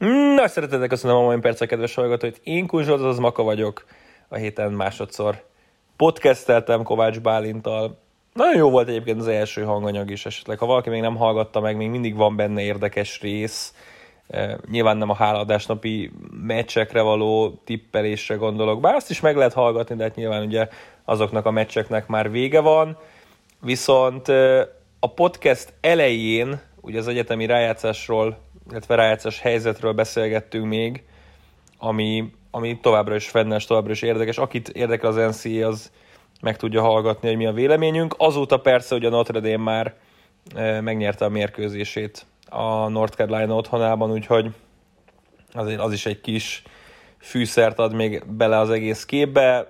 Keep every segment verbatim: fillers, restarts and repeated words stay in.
Nagy szeretettel köszönöm a mai percet, kedves hallgatóit. Én Kun Zsolt, az Maka vagyok. A héten másodszor podcasteltem Kovács Bálinttal. Nagyon jó volt egyébként az első hanganyag is esetleg. Ha valaki még nem hallgatta meg, még mindig van benne érdekes rész. Nyilván nem a hálaadásnapi meccsekre való tippelésre gondolok. Bár azt is meg lehet hallgatni, de hát nyilván ugye azoknak a meccseknek már vége van. Viszont a podcast elején ugye az egyetemi rájátszásról, illetve rájátszás helyzetről beszélgettünk még, ami, ami továbbra is fennes, továbbra is érdekes. Akit érdekel az en cé á á, az meg tudja hallgatni, hogy mi a véleményünk. Azóta persze, hogy a Notre Dame már e, megnyerte a mérkőzését a North Carolina otthonában, úgyhogy azért az is egy kis fűszert ad még bele az egész képbe,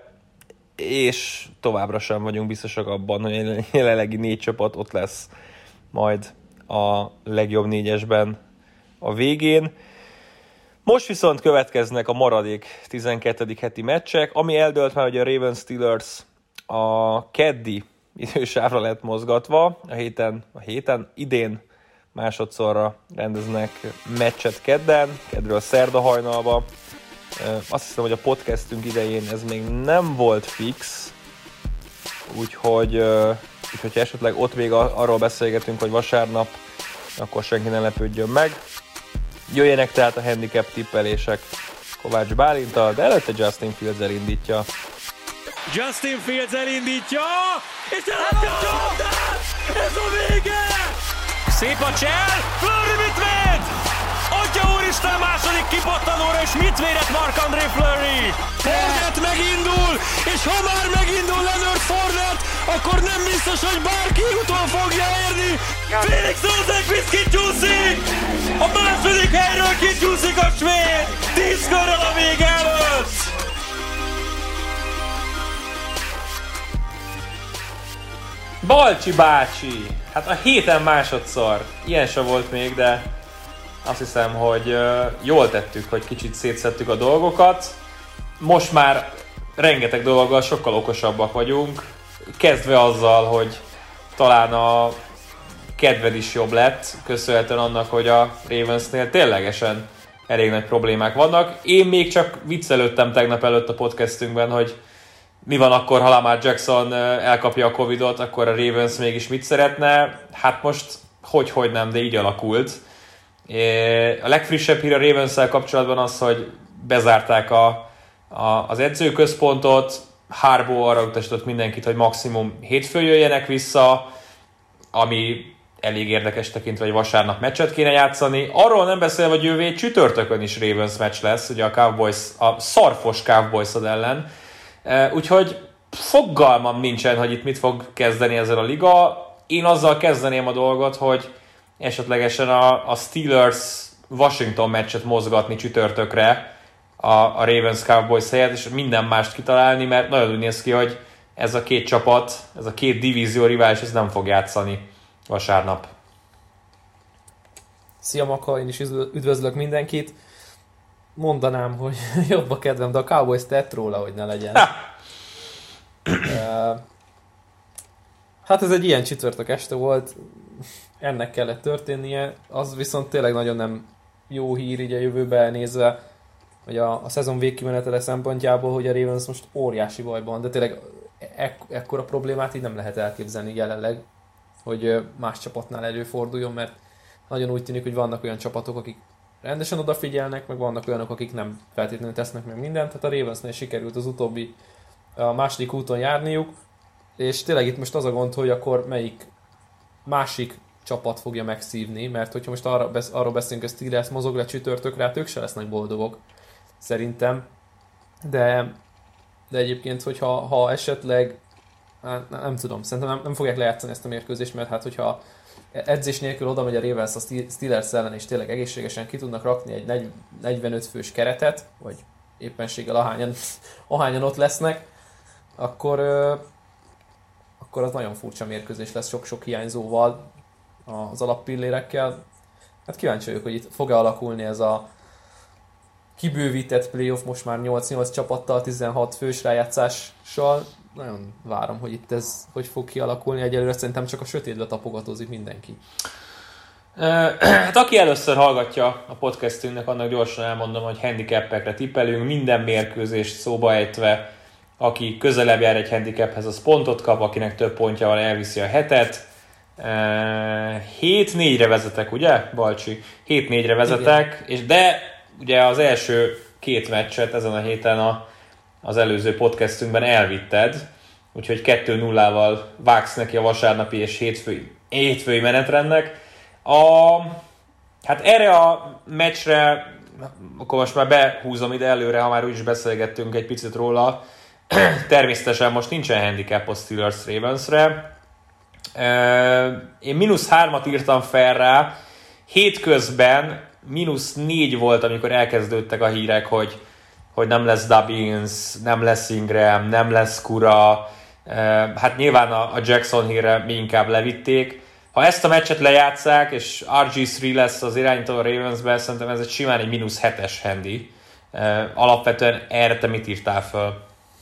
és továbbra sem vagyunk biztosak abban, hogy a jelenlegi négy csapat ott lesz majd a legjobb négyesben a végén. Most viszont következnek a maradék tizenkettedik heti meccsek, ami eldőlt már, hogy a Ravens Steelers a keddi idősávra lett mozgatva, a héten, a héten idén másodszorra rendeznek meccset kedden, kedről szerda hajnalba. Azt hiszem, hogy a podcastünk idején ez még nem volt fix, úgyhogy, úgyhogy esetleg ott még arról beszélgetünk, hogy vasárnap, akkor senki ne lepődjön meg. Jöjjenek tehát a handicap tippelések Kovács Bálinttal, de előtte Justin Fields elindítja. Justin Fields elindítja, és elindítja! Ez a vége! Szép a csel, Fleury mit véd? Atya úristen, második kipattanóra, és mit védett Marc-André Fleury? Fournette megindul, és ha már megindul Leonard Fournette, akkor nem biztos, hogy bárki utol fogja érni. Felix Rosenqvist kicsúszik! A második helyről kicsúszik a svéd! Tíz körrel a vége előtt! Balcsi bácsi! Hát a héten másodszor. Ilyen se volt még, de azt hiszem, hogy jól tettük, hogy kicsit szétszedtük a dolgokat. Most már rengeteg dologgal sokkal okosabbak vagyunk. Kezdve azzal, hogy talán a kedved is jobb lett, köszönhetően annak, hogy a Ravensnél ténylegesen elég nagy problémák vannak. Én még csak viccelődtem tegnap előtt a podcastünkben, hogy mi van akkor, ha Lamar Jackson elkapja a Covidot, akkor a Ravens mégis mit szeretne? Hát most hogy-hogy nem, de így alakult. A legfrissebb hír a Ravens-szel kapcsolatban az, hogy bezárták a, a, az edzőközpontot, Harbaugh arra utasított mindenkit, hogy maximum hétfőn jöjjenek vissza, ami elég érdekes tekintve, hogy vasárnap meccset kéne játszani. Arról nem beszélve, hogy jövő csütörtökön is Ravens meccs lesz, ugye a Cowboys, a szarfos Cowboys-od ellen. Úgyhogy fogalmam nincsen, hogy itt mit fog kezdeni ezzel a liga. Én azzal kezdeném a dolgot, hogy esetlegesen a, a Steelers Washington meccset mozgatni csütörtökre a, a Ravens Cowboys helyett, és minden mást kitalálni, mert nagyon úgy néz ki, hogy ez a két csapat, ez a két divízió rivális, ez nem fog játszani vasárnap. Szia Maka, én is üdvözlök mindenkit. Mondanám, hogy jobb a kedvem, de a Cowboys tett róla, hogy ne legyen. Hát ez egy ilyen csütörtök este volt, ennek kellett történnie, az viszont tényleg nagyon nem jó hír így a jövőbe nézve, hogy a, a szezon végkimenetele szempontjából, hogy a Ravens most óriási bajban, de tényleg ek- ekkora problémát így nem lehet elképzelni jelenleg, hogy más csapatnál előforduljon, mert nagyon úgy tűnik, hogy vannak olyan csapatok, akik rendesen odafigyelnek, meg vannak olyanok, akik nem feltétlenül tesznek meg mindent, tehát a Ravensnél sikerült az utóbbi, a második úton járniuk, és tényleg itt most az a gond, hogy akkor melyik másik csapat fogja megszívni, mert hogyha most arra, arról beszélünk, hogy Steelers mozog le csütörtökre, hát ők se lesznek boldogok, szerintem, de, de egyébként, hogyha ha esetleg, hát nem tudom, szerintem nem, nem fogják lejátszani ezt a mérkőzést, mert hát hogyha edzés nélkül oda megy a Ravens a Steelers ellen, és tényleg egészségesen ki tudnak rakni egy negyvenöt fős keretet, vagy éppenséggel ahányan, ahányan ott lesznek, akkor, akkor az nagyon furcsa mérkőzés lesz sok-sok hiányzóval, az alappillérekkel. Hát kíváncsi vagyok, hogy itt fog-e alakulni ez a kibővített playoff most már nyolc-nyolc csapattal, tizenhat fős rájátszással. Nagyon várom, hogy itt ez hogy fog kialakulni. Egyelőre szerintem csak a sötétbe tapogatózik mindenki. Hát aki először hallgatja a podcastünknek, annak gyorsan elmondom, hogy handicapekre tippelünk, minden mérkőzést szóba ejtve, aki közelebb jár egy handicaphez, az pontot kap, akinek több pontja van, elviszi a hetet. hét négyre vezetek, ugye, Balcsi? hét négyre vezetek, és de ugye az első két meccset ezen a héten a, az előző podcastünkben elvitted, úgyhogy kettő nullával vágsz neki a vasárnapi és hétfői, hétfői menetrendnek. A, hát erre a meccsre, akkor most már behúzom ide előre, ha már úgyis beszélgettünk egy picit róla, természetesen most nincsen handicap a Steelers Ravensre. Én mínusz hármat írtam fel rá, hétközben mínusz négy volt, amikor elkezdődtek a hírek, hogy, hogy nem lesz Dobbins, nem lesz Ingram, nem lesz Kura. Hát nyilván a Jackson hírre mi inkább levitték. Ha ezt a meccset lejátszák, és er gé három lesz az irányító a Ravensben, szerintem ez egy simán egy mínusz hetes handi. Alapvetően erre te mit írtál föl?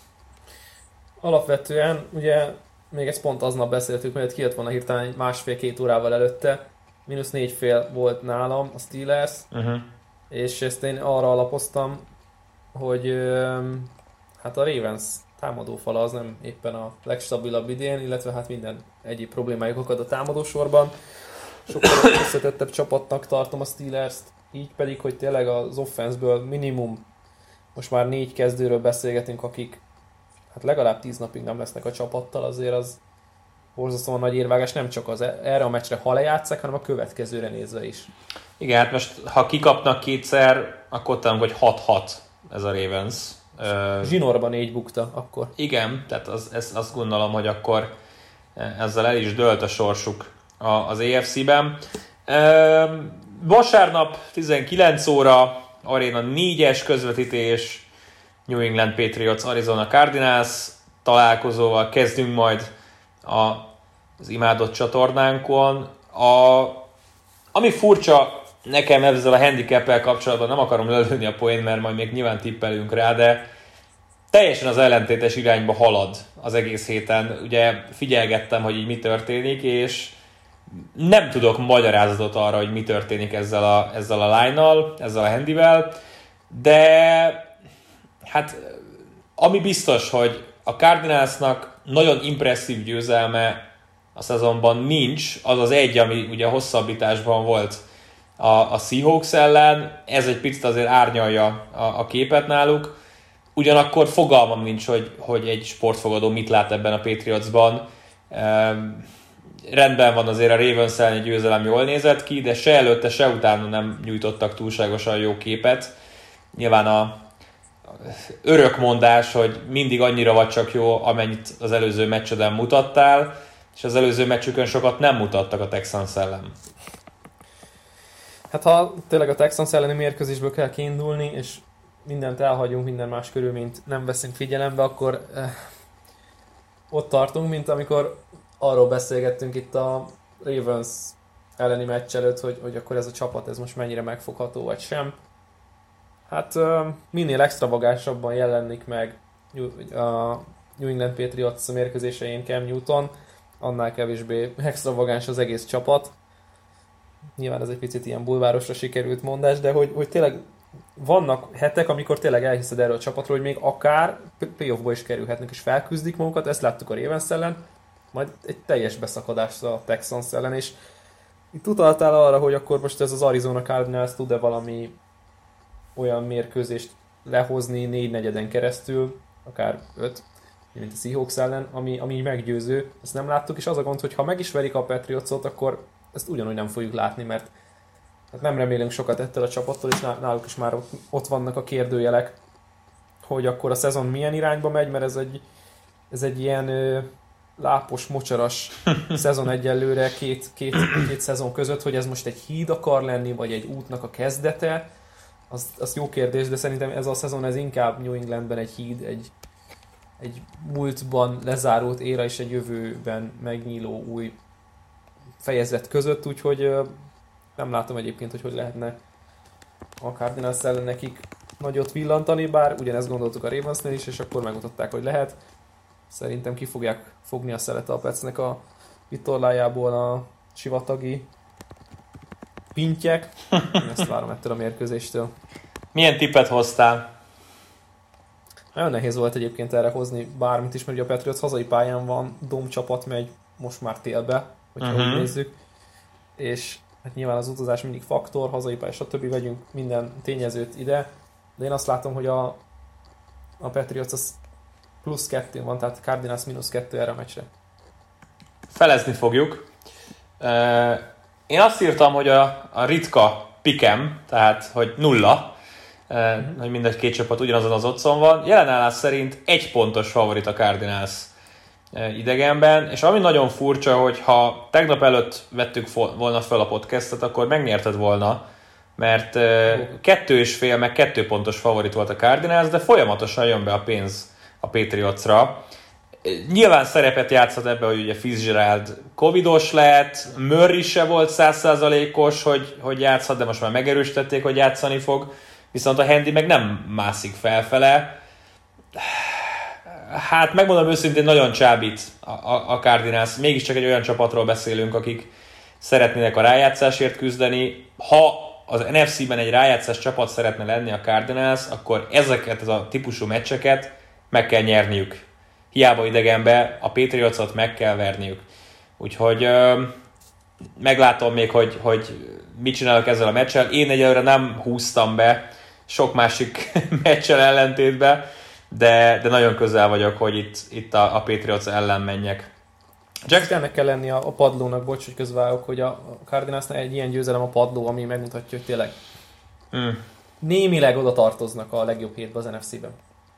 Alapvetően, ugye még ezt pont aznap beszéltük, mert kijött volna hirtelen másfél-két órával előtte. Mínusz négy fél volt nálam a Steelers, uh-huh. és ezt én arra alapoztam, hogy hát a Ravens támadófala az nem éppen a legstabilabb idén, illetve hát minden egyéb problémájuk akad a támadósorban. Sokkal összetettebb csapatnak tartom a Steelers-t, így pedig, hogy tényleg az offenszből minimum most már négy kezdőről beszélgetünk, akik hát legalább tíz napig nem lesznek a csapattal, azért az borzasztóan nagy érvágás, nem csak az erre a meccsre, ha lejátszák, hanem a következőre nézve is. Igen, hát most ha kikapnak kétszer, akkor talán, hogy hat hat ez a Ravens. Zsinórban négy bukta akkor. Igen, tehát az, ez, azt gondolom, hogy akkor ezzel el is dőlt a sorsuk az á ef cé-ben. Vasárnap tizenkilenc óra, Aréna négyes közvetítés, New England Patriots, Arizona Cardinals találkozóval kezdünk majd a, az imádott csatornánkon. A, ami furcsa nekem ezzel a handicap-el kapcsolatban, nem akarom lelőni a poént, mert majd még nyilván tippelünk rá, de teljesen az ellentétes irányba halad az egész héten. Ugye figyelgettem, hogy így mi történik, és nem tudok magyarázatot arra, hogy mi történik ezzel a, ezzel a line-nal, ezzel a handivel, de hát ami biztos, hogy a Cardinalsnak nagyon impresszív győzelme a szezonban nincs, az az egy, ami ugye hosszabbításban volt a, a Seahawks ellen, ez egy picit azért árnyalja a, a képet náluk, ugyanakkor fogalmam nincs, hogy, hogy egy sportfogadó mit lát ebben a Patriotsban. Ehm, rendben van azért a Ravens elleni győzelem jól nézett ki, de se előtte, se utána nem nyújtottak túlságosan jó képet. Nyilván a örök mondás, hogy mindig annyira vagy csak jó, amennyit az előző meccseden mutattál, és az előző meccsükön sokat nem mutattak a Texans ellen. Hát ha tényleg a Texans elleni mérkőzésből kell kiindulni, és mindent elhagyunk, minden más körülményt nem veszünk figyelembe, akkor eh, ott tartunk, mint amikor arról beszélgettünk itt a Ravens elleni meccs előtt, hogy, hogy akkor ez a csapat ez most mennyire megfogható vagy sem. Hát eh, minél extravagánsabban jelenik meg a New England Patriots mérkőzésein Cam Newton, annál kevésbé extravagáns az egész csapat. Nyilván ez egy picit ilyen bulvárosra sikerült mondás, de hogy, hogy tényleg vannak hetek, amikor tényleg elhiszed erről a csapatról, hogy még akár playoffba is kerülhetnek, és felküzdik magukat, ezt láttuk a Ravens ellen, majd egy teljes beszakadást a Texans ellen, és itt utaltál arra, hogy akkor most ez az Arizona Cardinals tud-e valami olyan mérkőzést lehozni négy negyeden keresztül, akár öt, mint a Seahawks ellen, ami, ami meggyőző, ezt nem láttuk, és az a gond, hogy ha meg is verik a Patriotsot, akkor ezt ugyanúgy nem fogjuk látni, mert hát nem remélünk sokat ettől a csapattól, és náluk is már ott, ott vannak a kérdőjelek, hogy akkor a szezon milyen irányba megy, mert ez egy, ez egy ilyen ö, lápos, mocsaras szezon egyelőre két, két, két szezon között, hogy ez most egy híd akar lenni, vagy egy útnak a kezdete, az, az jó kérdés, de szerintem ez a szezon ez inkább New Englandben egy híd, egy, egy múltban lezárult éra és egy jövőben megnyíló új fejezet között, úgyhogy ö, nem látom egyébként, hogy hogy lehetne a Cardinals ellen nekik nagyot villantani, bár ugyanezt gondoltuk a Ravensnél is, és akkor megmutatták, hogy lehet. Szerintem ki fogják fogni a szelet a Petsnek a vitorlájából a sivatagi pintyek. Én ezt várom ettől a mérkőzéstől. Milyen tippet hoztál? Nagyon nehéz volt egyébként erre hozni bármit is, mert ugye a Patriots hazai pályán van, domcsapat megy most már télbe, hogyha uh-huh. úgy nézzük. És hát nyilván az utazás mindig faktor, hazai pálya, stb. Vegyünk minden tényezőt ide. De én azt látom, hogy a, a Patriots az plusz kettő van, tehát Cardinals mínusz kettő erre a meccsre. Felezni fogjuk. Én azt írtam, hogy a, a ritka pikem, tehát hogy nulla, uh-huh. hogy mindegy két csapat ugyanazon az otthon van. Jelenállás szerint egy pontos favorit a Cardinals idegenben, és ami nagyon furcsa, hogy ha tegnap előtt vettük volna fel a podcastet, akkor megnyerted volna, mert kettő és fél, meg kettő pontos favorit volt a Cardinals, de folyamatosan jön be a pénz a Patriotsra. Nyilván szerepet játszott ebbe, hogy ugye Fitzgerald covidos lett, Murray se volt száz százalékos, hogy, hogy játszhat, de most már megerősítették, hogy játszani fog, viszont a Handy meg nem mászik felfele. Hát megmondom őszintén, nagyon csábít a, a, a Cardinals. Mégiscsak egy olyan csapatról beszélünk, akik szeretnének a rájátszásért küzdeni. Ha az en ef cé-ben egy rájátszás csapat szeretne lenni a Cardinals, akkor ezeket a típusú meccseket meg kell nyerniük. Hiába idegenbe, a Patriotsot meg kell verniük. Úgyhogy ö, meglátom még, hogy, hogy mit csinálok ezzel a meccsel. Én egyelőre nem húztam be sok másik meccsel ellentétben, de, de nagyon közel vagyok, hogy itt, itt a, a Patriots ellen menjek. Jack... Ennek kell lenni a, a padlónak, bocs, hogy közvállok, hogy a Cardinalsnál egy ilyen győzelem a padló, ami megmutatja, hogy tényleg mm. némileg oda tartoznak a legjobb hétbe az en ef cé-ben.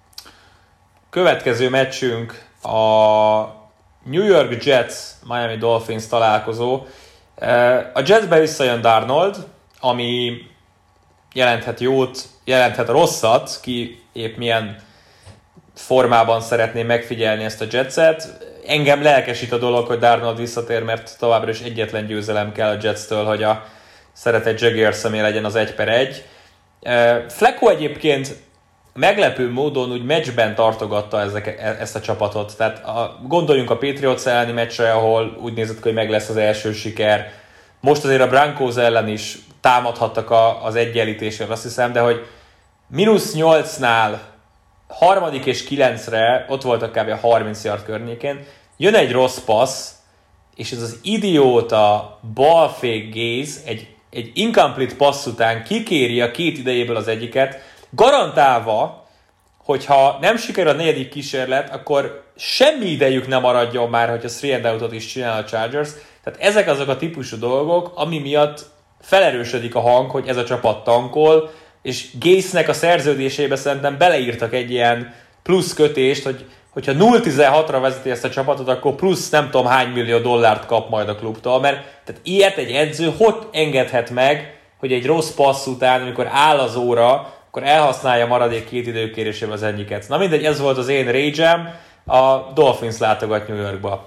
Következő meccsünk a New York Jets Miami Dolphins találkozó. A Jetsbe visszajön Darnold, ami jelenthet jót, jelenthet rosszat, ki épp milyen formában szeretném megfigyelni ezt a Jetset. Engem lelkesít a dolog, hogy Darnold visszatér, mert továbbra is egyetlen győzelem kell a Jetstől, hogy a szeretett Jaguars személy legyen az egy per egy. Flacco egyébként meglepő módon úgy meccsben tartogatta ezek, ezt a csapatot. Tehát a, gondoljunk a Patriots elleni meccsre, ahol úgy nézett ki, hogy meg lesz az első siker. Most azért a Broncos ellen is támadhattak a, az egyenlítésre, azt hiszem, de hogy mínusz nyolcnál harmadik és kilencre, ott voltak kb. A harminc yard környékén, jön egy rossz passz, és ez az idióta balfék Gaze egy, egy incomplete passz után kikéri a két idejéből az egyiket, garantálva, hogyha nem sikerül a negyedik kísérlet, akkor semmi idejük nem maradjon már, hogyha three and out-ot is csinál a Chargers. Tehát ezek azok a típusú dolgok, ami miatt felerősödik a hang, hogy ez a csapat tankol, és Gaze-nek a szerződésébe szerintem beleírtak egy ilyen plusz kötést, hogy hogyha nulla tizenhatra vezeti ezt a csapatot, akkor plusz nem tudom hány millió dollárt kap majd a klubtól, mert tehát ilyet egy edző hogy engedhet meg, hogy egy rossz passz után, amikor áll az óra, akkor elhasználja maradék két időkérésével az egyiket. Na mindegy, ez volt az én rage-em, a Dolphins látogat New Yorkba.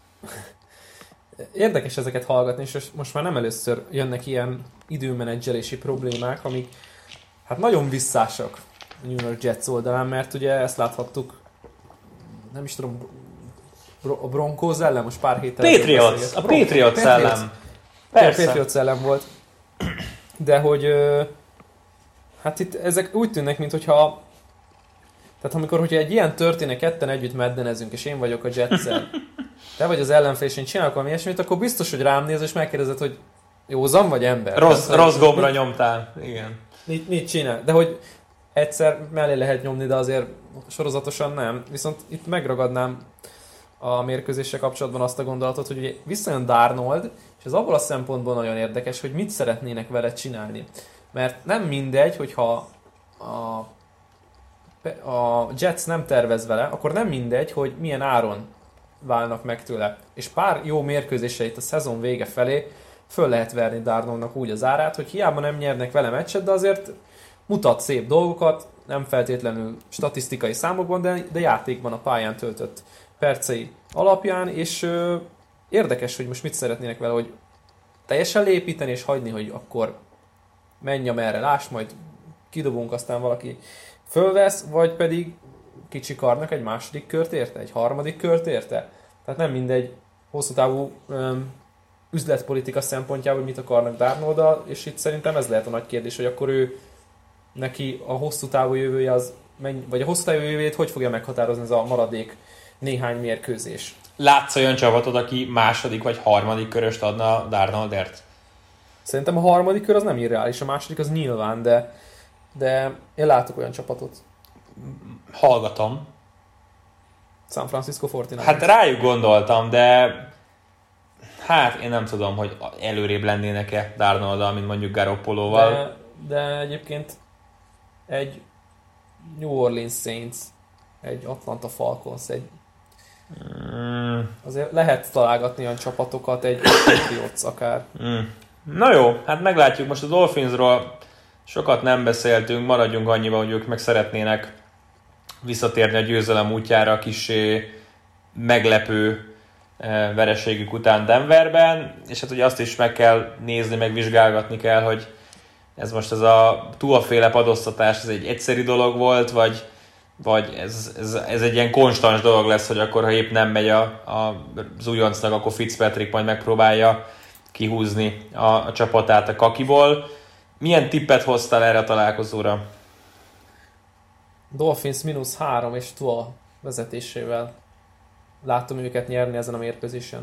Érdekes ezeket hallgatni, és most már nem először jönnek ilyen időmenedzselési problémák, amik hát nagyon visszásak a New York Jets oldalán, mert ugye ezt láthattuk, nem is tudom, a Broncos ellen most pár héttel... Patriots, a Patriots ellen. Persze. A Patriots ellen volt. De hogy hát itt ezek úgy tűnnek, mintha tehát amikor, hogyha egy ilyen történik, ketten együtt meddenezünk, és én vagyok a Jetszel, te vagy az ellenfél, és én csinálok valami ilyesmit, akkor biztos, hogy rám néz, és megkérdezed, hogy józan vagy ember? Rossz, tehát, rossz gombra mit, nyomtál, igen. Mit, mit csinál? De hogy egyszer mellé lehet nyomni, de azért sorozatosan nem. Viszont itt megragadnám a mérkőzéssel kapcsolatban azt a gondolatot, hogy ugye visszajön Darnold, és ez abból a szempontból nagyon érdekes, hogy mit szeretnének vele csinálni. Mert nem mindegy, hogyha a, a Jets nem tervez vele, akkor nem mindegy, hogy milyen áron válnak meg tőle. És pár jó mérkőzésre itt a szezon vége felé föl lehet verni Darnoldnak úgy az árát, hogy hiába nem nyernek vele meccset, de azért mutat szép dolgokat, nem feltétlenül statisztikai számokban, de, de játékban a pályán töltött percei alapján, és ö, érdekes, hogy most mit szeretnének vele, hogy teljesen leépíteni és hagyni, hogy akkor menj amerre, láss, majd kidobunk, aztán valaki fölvesz, vagy pedig kicsikarnak egy második kört érte, egy harmadik kört érte. Tehát nem mindegy, hosszú távú öm, üzletpolitika szempontjából, hogy mit akarnak Darnoldal, és itt szerintem ez lehet a nagy kérdés, hogy akkor ő neki a hosszú távú jövője az, vagy a hosszú távú jövőjét hogy fogja meghatározni ez a maradék néhány mérkőzés. Látsz olyan csapatot, aki második vagy harmadik köröst adna Darnoldért? Szerintem a harmadik kör az nem irreális, a második az nyilván, de, de én látok olyan csapatot. Hallgatom. San Francisco negyvenkilenc. Hát rájuk gondoltam, de hát én nem tudom, hogy előrébb lennének-e Darnoldal, mint mondjuk Garoppolóval. De, de egyébként egy New Orleans Saints, egy Atlanta Falcons, egy mm. azért lehet találgatni olyan csapatokat, egy Patriots akár. Mm. Na jó, hát meglátjuk. Most a Dolphinsról sokat nem beszéltünk, maradjunk annyiban, hogy ők meg szeretnének visszatérni a győzelem útjára, kissé meglepő vereségük után Denverben, és hát ugye azt is meg kell nézni, meg vizsgálgatni kell, hogy ez most ez a Tua-féle padoztatás, ez egy egyszeri dolog volt, vagy, vagy ez, ez, ez egy ilyen konstans dolog lesz, hogy akkor, ha épp nem megy a, a, az újoncnak, akkor Fitzpatrick majd megpróbálja kihúzni a, a csapatát a kakiból. Milyen tippet hoztál erre a találkozóra? Dolphins mínusz három és Tua vezetésével láttam őket nyerni ezen a mérkőzésen.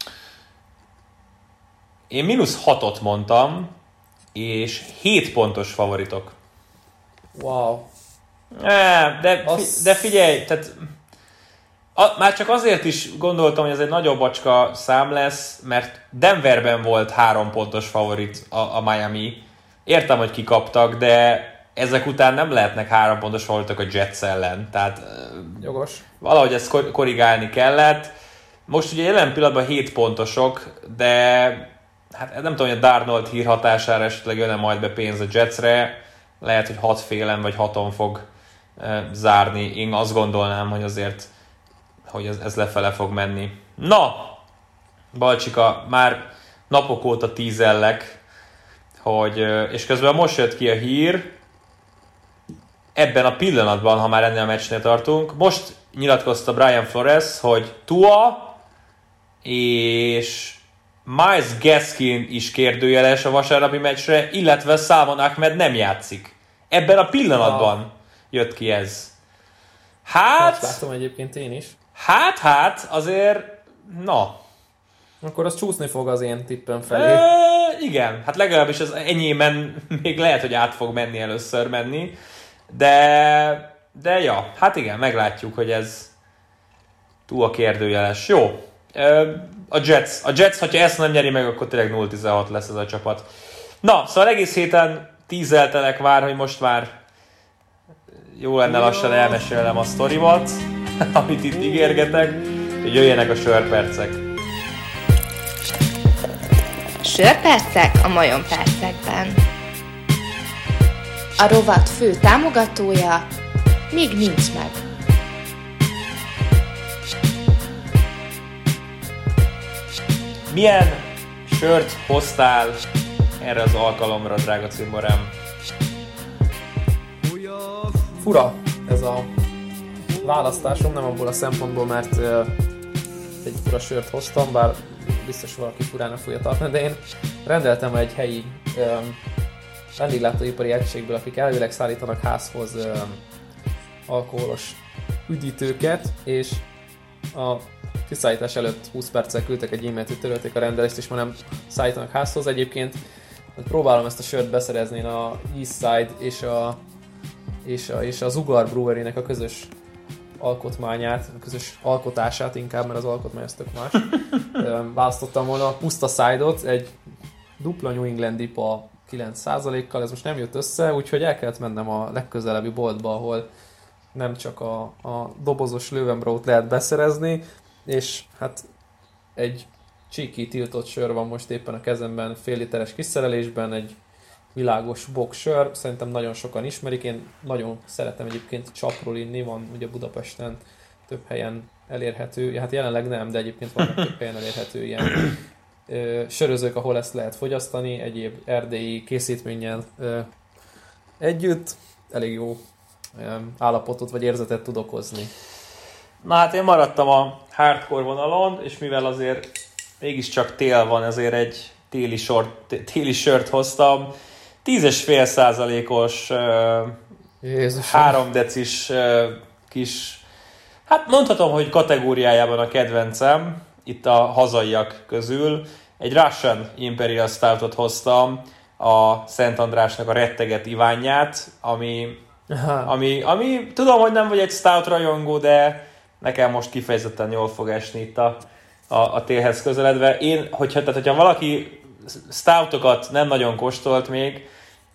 Én mínusz hatot mondtam, és hét pontos favoritok. Wow. É, de, Az... de figyelj, tehát a, már csak azért is gondoltam, hogy ez egy nagyobb bacska szám lesz, mert Denverben volt három pontos favorit a, a Miami. Értem, hogy kikaptak, de ezek után nem lehetnek három pontos favoritok a Jets ellen. Tehát jogos. Valahogy ezt kor- korrigálni kellett. Most ugye jelen pillanatban hét pontosok, de hát nem tudom, hogy a Darnold hír hatására esetleg jönne majd be pénz a Jetsre. Lehet, hogy hat félen vagy haton fog e, zárni. Én azt gondolnám, hogy azért hogy ez, ez lefele fog menni. Na, Balcsika, már napok óta tízellek, hogy, és közben most jött ki a hír, ebben a pillanatban, ha már ennél a meccsnél tartunk, most nyilatkozta Brian Flores, hogy Tua és Myles Gaskin is kérdőjeles a vasárnapi meccsre, illetve Salvon Ahmed nem játszik. Ebben a pillanatban jött ki ez. Hát... Azt látom egyébként én is. Hát, hát, azért... Na. Akkor az csúszni fog az én tippem felé. E, igen, hát legalábbis az enyémen még lehet, hogy át fog menni először menni. De... De ja, hát igen, meglátjuk, hogy ez túl a kérdőjeles. Jó. A Jets, a Jets, ha ezt nem nyeri meg, akkor tényleg nulla tizenhat lesz ez a csapat. Na, szóval egész héten tízeltelek vár, hogy most már jó lenne lassan elmesélnem a sztorimat, amit itt ígérgetek, hogy jöjjenek a sörpercek. Sörpercek a Majom percekben. A rovat fő támogatója még nincs meg. Milyen sört hoztál erre az alkalomra, drága cimborám? Fura ez a választásom, nem abból a szempontból, mert uh, egy fura sört hoztam, bár biztos valaki furának fogja tartani, de én rendeltem egy helyi um, vendéglátóipari egységből, akik elvileg szállítanak házhoz um, alkoholos üdítőket, és a kiszállítás előtt húsz perccel küldtek egy e-mailt, hogy törölték a rendelést, és már nem szállítanak házhoz. Egyébként próbálom ezt a sört beszerezni a Eastside és, a, és, a, és az Ugar Brewery-nek a közös alkotmányát, a közös alkotását inkább, mert az alkotmány az tök más. Választottam volna a puszta side-ot, egy dupla New England I P A kilenc százalékkal, ez most nem jött össze, úgyhogy el kellett mennem a legközelebbi boltba, ahol nem csak a, a dobozos Löwenbräu-t lehet beszerezni, és hát egy csíki tiltott sör van most éppen a kezemben, fél literes kiszerelésben, egy világos box sör, szerintem nagyon sokan ismerik, én nagyon szeretem egyébként csapról inni, van ugye Budapesten több helyen elérhető, hát jelenleg nem, de egyébként vannak több helyen elérhető ilyen ö, sörözők, ahol ezt lehet fogyasztani, egyéb erdélyi készítménnyel ö, együtt, elég jó állapotot vagy érzetet tud okozni. Na hát én maradtam a hardcore vonalon, és mivel azért mégiscsak tél van, ezért egy téli, sort, téli sört hoztam. tíz egész öt százalékos, három decis kis, hát mondhatom, hogy kategóriájában a kedvencem, itt a hazaiak közül. Egy Russian Imperial Stoutot hoztam, a Szent Andrásnak a retteget ivánját, ami, ami, ami tudom, hogy nem vagy egy stout rajongó, de nekem most kifejezetten jól fog esni itt a, a, a télhez közeledve. Én, hogyha, tehát, hogyha valaki stoutokat nem nagyon kóstolt még,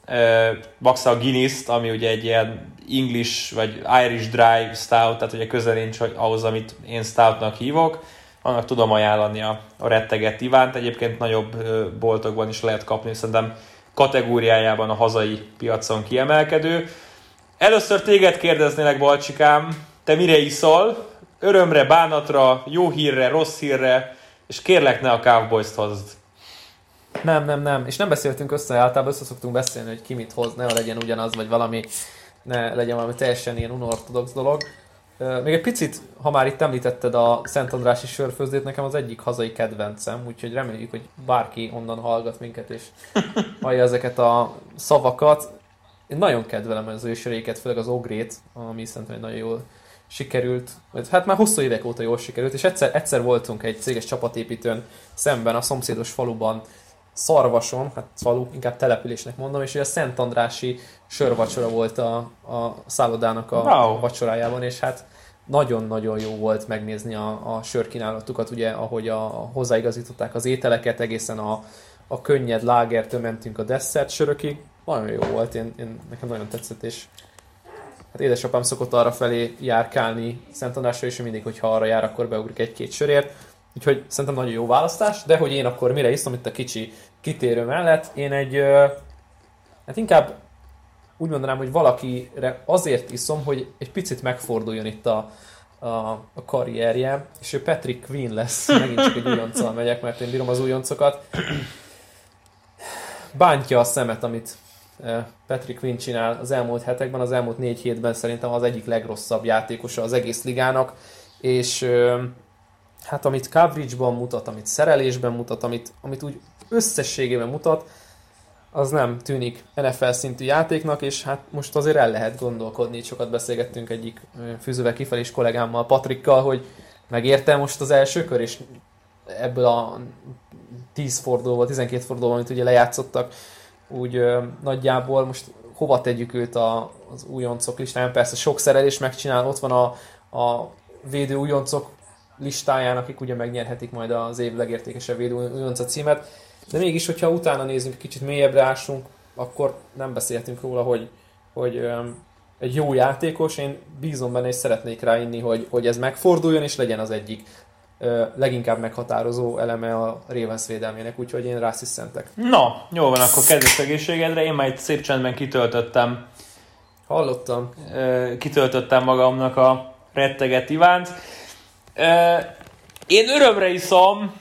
max a Guinness-t, ami ugye egy ilyen English vagy Irish Dry Stout, tehát ugye közel nincs ahhoz, amit én stoutnak hívok, annak tudom ajánlani a, a retteget ivánt. Egyébként nagyobb boltokban is lehet kapni, szerintem kategóriájában a hazai piacon kiemelkedő. Először téged kérdeznélek, Balcsikám, te mire iszol? Örömre, bánatra, jó hírre, rossz hírre, és kérlek ne a Cowboys-t hozd. Nem, nem, nem. És nem beszéltünk össze, általában össze szoktunk beszélni, hogy ki mit hoz, ne legyen ugyanaz, vagy valami, ne legyen valami teljesen ilyen unortodox dolog. Még egy picit, ha már itt említetted a Szent Andrássy sörfőzdét, nekem az egyik hazai kedvencem, úgyhogy reméljük, hogy bárki onnan hallgat minket, és hallja ezeket a szavakat. Én nagyon kedvelem az ő söréket, főleg az Ogrét, ami szerintem egy nagyon jól sikerült, hát már hosszú évek óta jól sikerült, és egyszer, egyszer voltunk egy céges csapatépítőn szemben a szomszédos faluban, Szarvason, hát falu, inkább településnek mondom, és ugye a Szent Andrássy sörvacsora volt a, a szállodának a wow. vacsorájában, és hát nagyon-nagyon jó volt megnézni a, a sörkínálatukat, ugye, ahogy a, a hozzáigazították az ételeket, egészen a, a könnyed lágertől mentünk a desszert sörökig. Nagyon jó volt, én, én, nekem nagyon tetszett, és hát édesapám szokott arra felé járkálni Szent Andrásra, és mindig, hogyha arra jár, akkor beugrik egy-két sörért. Úgyhogy szerintem nagyon jó választás, de hogy én akkor mire iszom itt a kicsi kitérő mellett, én egy, hát inkább úgy mondanám, hogy valakire azért iszom, hogy egy picit megforduljon itt a, a, a karrierje, és ő Patrick Queen lesz, megint csak egy újonccal megyek, mert én bírom az újoncokat. Bántja a szemet, amit Patrick Queen csinál az elmúlt hetekben, az elmúlt négy hétben szerintem az egyik legrosszabb játékosa az egész ligának, és hát amit coverage-ban mutat, amit szerelésben mutat, amit, amit úgy összességében mutat, az nem tűnik en ef el szintű játéknak, és hát most azért el lehet gondolkodni, itt sokat beszélgettünk egyik fűzővel kifelés kollégámmal, Patrickkal, hogy megérte most az első kör, és ebből a tíz fordulóval, tizenkét fordulóval, amit ugye lejátszottak, úgy ö, nagyjából most hova tegyük őt a, az újoncok listáján. Persze sok szerelés megcsinál, ott van a, a védő újoncok listáján, akik ugye megnyerhetik majd az év legértékesebb védő újonca címet, de mégis, hogyha utána nézzünk, kicsit mélyebbre ásunk, akkor nem beszélhetünk róla, hogy, hogy öm, egy jó játékos, én bízom benne, és szeretnék rá inni, hogy, hogy ez megforduljon, és legyen az egyik ö, leginkább meghatározó eleme a Ravens védelmének, úgyhogy én rászisszentek. Na, jó van, akkor kedves egészségedre, én már itt szép csendben kitöltöttem. Hallottam. Ö, kitöltöttem magamnak a retteget ivánt. Ö, én örömre iszom.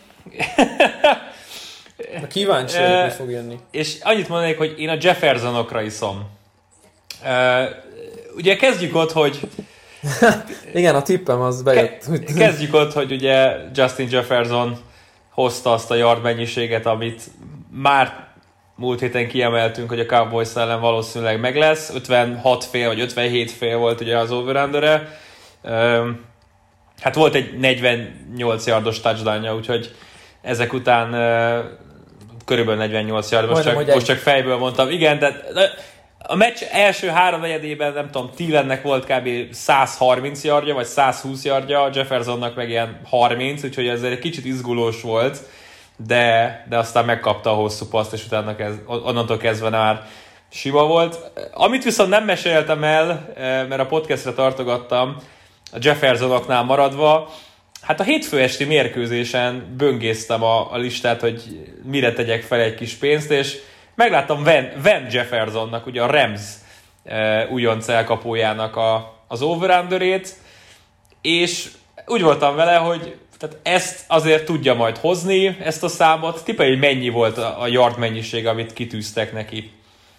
A kíváncsi, hogy mi fog jönni. És annyit mondanék, hogy én a Jeffersonokra iszom. Uh, ugye kezdjük ott, hogy... Igen, a tippem az bejött. Ke- kezdjük ott, hogy ugye Justin Jefferson hozta azt a yard mennyiséget, amit már múlt héten kiemeltünk, hogy a Cowboys ellen valószínűleg meg lesz. ötvenhat fél vagy ötvenhét fél volt ugye az over-underre. Uh, hát volt egy negyvennyolc yardos touchdownja, úgyhogy ezek után uh, körülbelül negyvennyolc yard, most, csak, most csak fejből mondtam. Igen, de a meccs első három negyedében, nem tudom, Thielennek volt kb. száz harminc yardja, vagy száz húsz yardja, Jeffersonnak meg ilyen harminc, úgyhogy ez egy kicsit izgulós volt, de, de aztán megkapta a hosszú paszt, és utána kez, onnantól kezdve már sima volt. Amit viszont nem meséltem el, mert a podcastra tartogattam, a Jeffersonoknál maradva, hát a hétfő esti mérkőzésen böngésztem a, a listát, hogy mire tegyek fel egy kis pénzt, és megláttam Van, Van Jeffersonnak, ugye a Rams e, újonc elkapójának a, az over-underét, és úgy voltam vele, hogy tehát ezt azért tudja majd hozni, ezt a számot. Tippelj, hogy mennyi volt a, a yard mennyiség, amit kitűztek neki?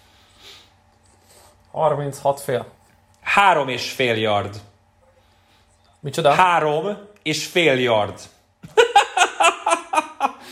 harminchat fél. Három és fél yard. Micsoda? Három és fél yard.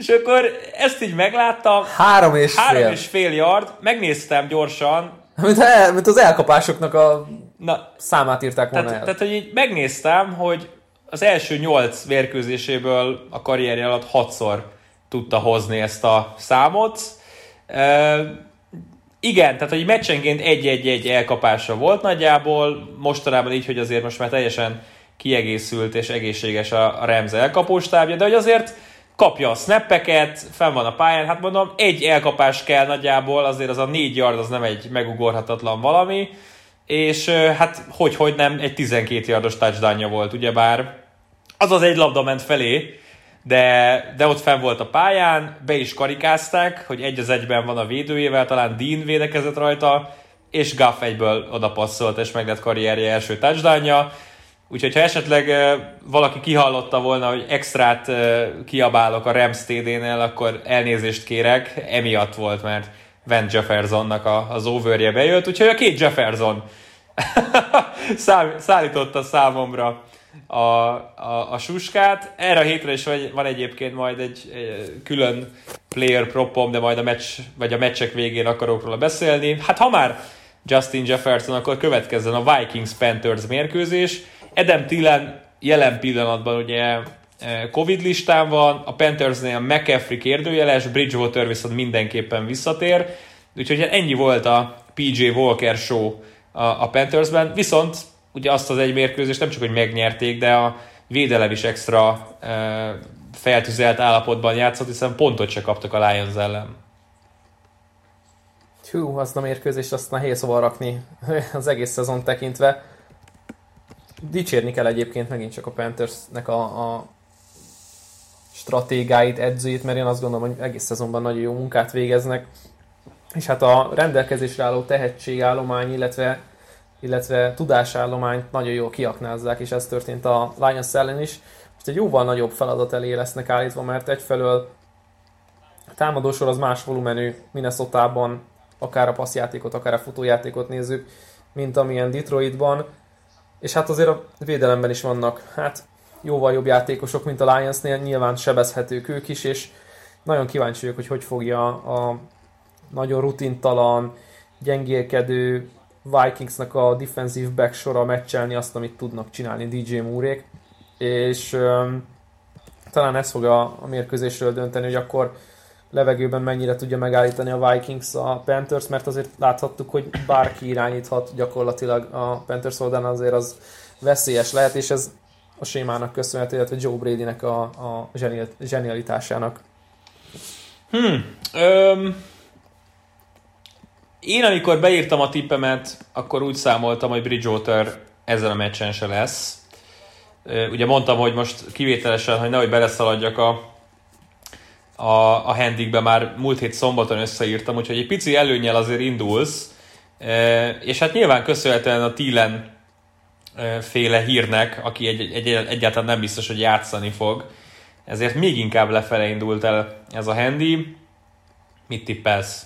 És akkor ezt így megláttam. Három és Három fél. és fél yard. Megnéztem gyorsan. Mint, el, mint az elkapásoknak a Na, számát írták volna tehát, el. tehát, hogy így megnéztem, hogy az első nyolc mérkőzéséből a karrierje alatt hatszor tudta hozni ezt a számot. E, igen, tehát hogy meccsenként egy-egy-egy elkapása volt nagyjából. Mostanában így, hogy azért most már teljesen kiegészült és egészséges a, a Rams elkapóstábja, de hogy azért kapja a snappeket, fenn van a pályán, hát mondom, egy elkapás kell nagyjából, azért az a négy yard az nem egy megugorhatatlan valami, és hát hogy-hogy nem, egy tizenkét yardos touchdownja volt, ugyebár azaz egy labda ment felé, de, de ott fenn volt a pályán, be is karikázták, hogy egy az egyben van a védőjével, talán Dean védekezett rajta, és Goff egyből odapasszolt, és meg lett karrierje első touchdownja. Úgyhogy ha esetleg uh, valaki kihallotta volna, hogy extrát uh, kiabálok a Rams té dé-nél, akkor elnézést kérek, emiatt volt, mert Van Jeffersonnak a, az overje bejött, úgyhogy a két Jefferson Szám, szállította számomra a, a, a suskát. Erre a hétre is van egyébként majd egy, egy külön player propom, de majd a meccs, vagy a meccsek végén akarok róla beszélni. Hát ha már Justin Jefferson, akkor következzen a Vikings-Panthers mérkőzés. Adam Thielen jelen pillanatban ugye Covid listán van, a Panthersnél McCaffrey kérdőjeles, Bridgewater viszont mindenképpen visszatér, úgyhogy ennyi volt a pé jé Walker show a, a Panthersben, viszont ugye azt az egy mérkőzést nem csak, hogy megnyerték, de a védelem is extra e, feltüzelt állapotban játszott, hiszen pontot se kaptak a Lions ellen. Hú, azt a mérkőzést azt nehéz hova rakni az egész szezon tekintve. Dicsérni kell egyébként megint csak a Panthersnek a, a stratégáit, edzőit, mert én azt gondolom, hogy egész szezonban nagyon jó munkát végeznek. És hát a rendelkezésre álló tehetségállomány, illetve, illetve tudásállományt nagyon jól kiaknázzák, és ez történt a Lions ellen is. Most egy jóval nagyobb feladat elé lesznek állítva, mert egyfelől a támadósor az más volumenű Minnesotában, akár a passzjátékot, akár a futójátékot nézzük, mint amilyen Detroitban. És hát azért a védelemben is vannak hát jóval jobb játékosok, mint a Lionsnél, nyilván sebezhetők ők is, és nagyon kíváncsi vagyok, hogy hogy fogja a nagyon rutintalan, gyengélkedő Vikingsnak a defensive back sora meccselni azt, amit tudnak csinálni dé jé Moorék, és um, talán ez fog a, a mérkőzésről dönteni, hogy akkor levegőben mennyire tudja megállítani a Vikings a Panthers, mert azért láthattuk, hogy bárki irányíthat gyakorlatilag a Panthers oldalán, azért az veszélyes lehet, és ez a sémának köszönhető, illetve Joe Bradynek a, a zsenial, zsenialitásának. Hmm. Öm, én amikor beírtam a tippemet, akkor úgy számoltam, hogy Bridgewater ezen a meccsen se lesz. Ugye mondtam, hogy most kivételesen, hogy nehogy beleszaladjak a a, a handikbe, már múlt hét szombaton összeírtam, úgyhogy egy pici előnnyel azért indulsz, és hát nyilván köszönhetően a Thielen féle hírnek, aki egy, egy, egyáltalán nem biztos, hogy játszani fog, ezért még inkább lefele indult el ez a handi. Mit tippelsz?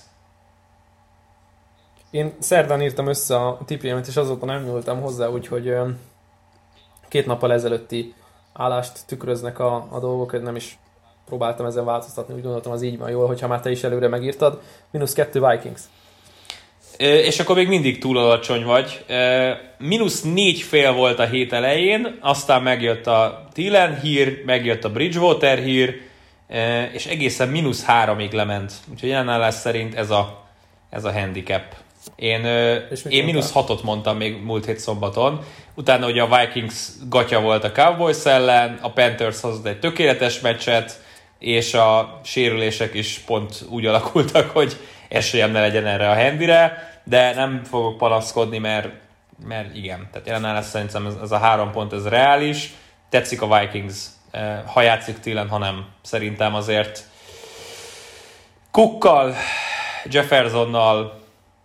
Én szerdán írtam össze a tippjemet, és azóta nem nyúltam hozzá, úgyhogy két nappal ezelőtti állást tükröznek a, a dolgok, nem is próbáltam ezen változtatni, úgy gondoltam, az így van jól, hogyha már te is előre megírtad. Minusz kettő Vikings. És akkor még mindig túl alacsony vagy. Minusz négy fél volt a hét elején, aztán megjött a Thielen hír, megjött a Bridgewater hír, és egészen mínusz háromig lement. Úgyhogy jelenállás szerint ez a, ez a handicap. Én, én mínusz hatot mondtam még múlt hét szombaton. Utána ugye a Vikings gatya volt a Cowboys ellen, a Panthers hozott egy tökéletes meccset, és a sérülések is pont úgy alakultak, hogy esélyem ne legyen erre a handire, de nem fogok panaszkodni, mert, mert igen, tehát jelenállás szerintem ez, ez a három pont, ez reális. Tetszik a Vikings, ha játszik Thielen, ha nem. Szerintem azért Cookkal, Jeffersonnal,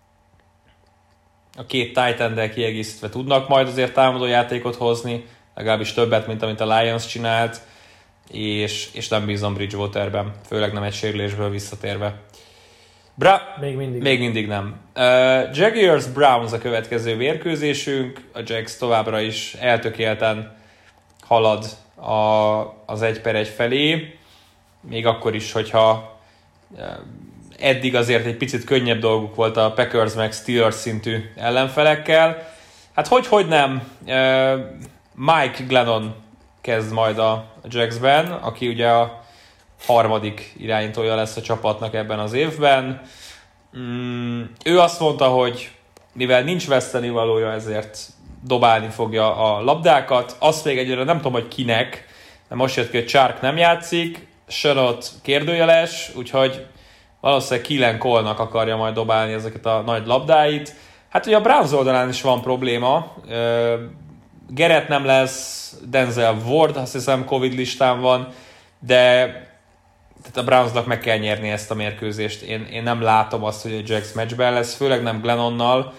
a két tight enddel kiegészítve tudnak majd azért támadó játékot hozni, legalábbis többet, mint amit a Lions csinált, és, és nem bízom Bridgewaterben, főleg nem egy sérülésből visszatérve. Bra- még mindig. Még mindig nem. Uh, Jaguars Browns a következő mérkőzésünk, a Jags továbbra is eltökélten halad a, az egy per egy felé. még akkor is, hogyha eddig azért egy picit könnyebb dolguk volt a Packers meg Steelers szintű ellenfelekkel. Hát hogy-hogy nem, Mike Glennon kezd majd a Jacksben, aki ugye a harmadik irányítója lesz a csapatnak ebben az évben. Mm, ő azt mondta, hogy mivel nincs vesztenivalója, ezért dobálni fogja a labdákat. Azt még egyre nem tudom, hogy kinek, mert most jött ki, hogy Chark nem játszik, Sherrod kérdőjeles, úgyhogy valószínűleg Keelan Cole-nak akarja majd dobálni ezeket a nagy labdáit. Hát ugye a Browns oldalán is van probléma. Garrett nem lesz, Denzel Ward azt hiszem Covid listán van, de tehát a Brownsnak meg kell nyerni ezt a mérkőzést. Én, én nem látom azt, hogy a Jags meccsben lesz, főleg nem Glennonnal.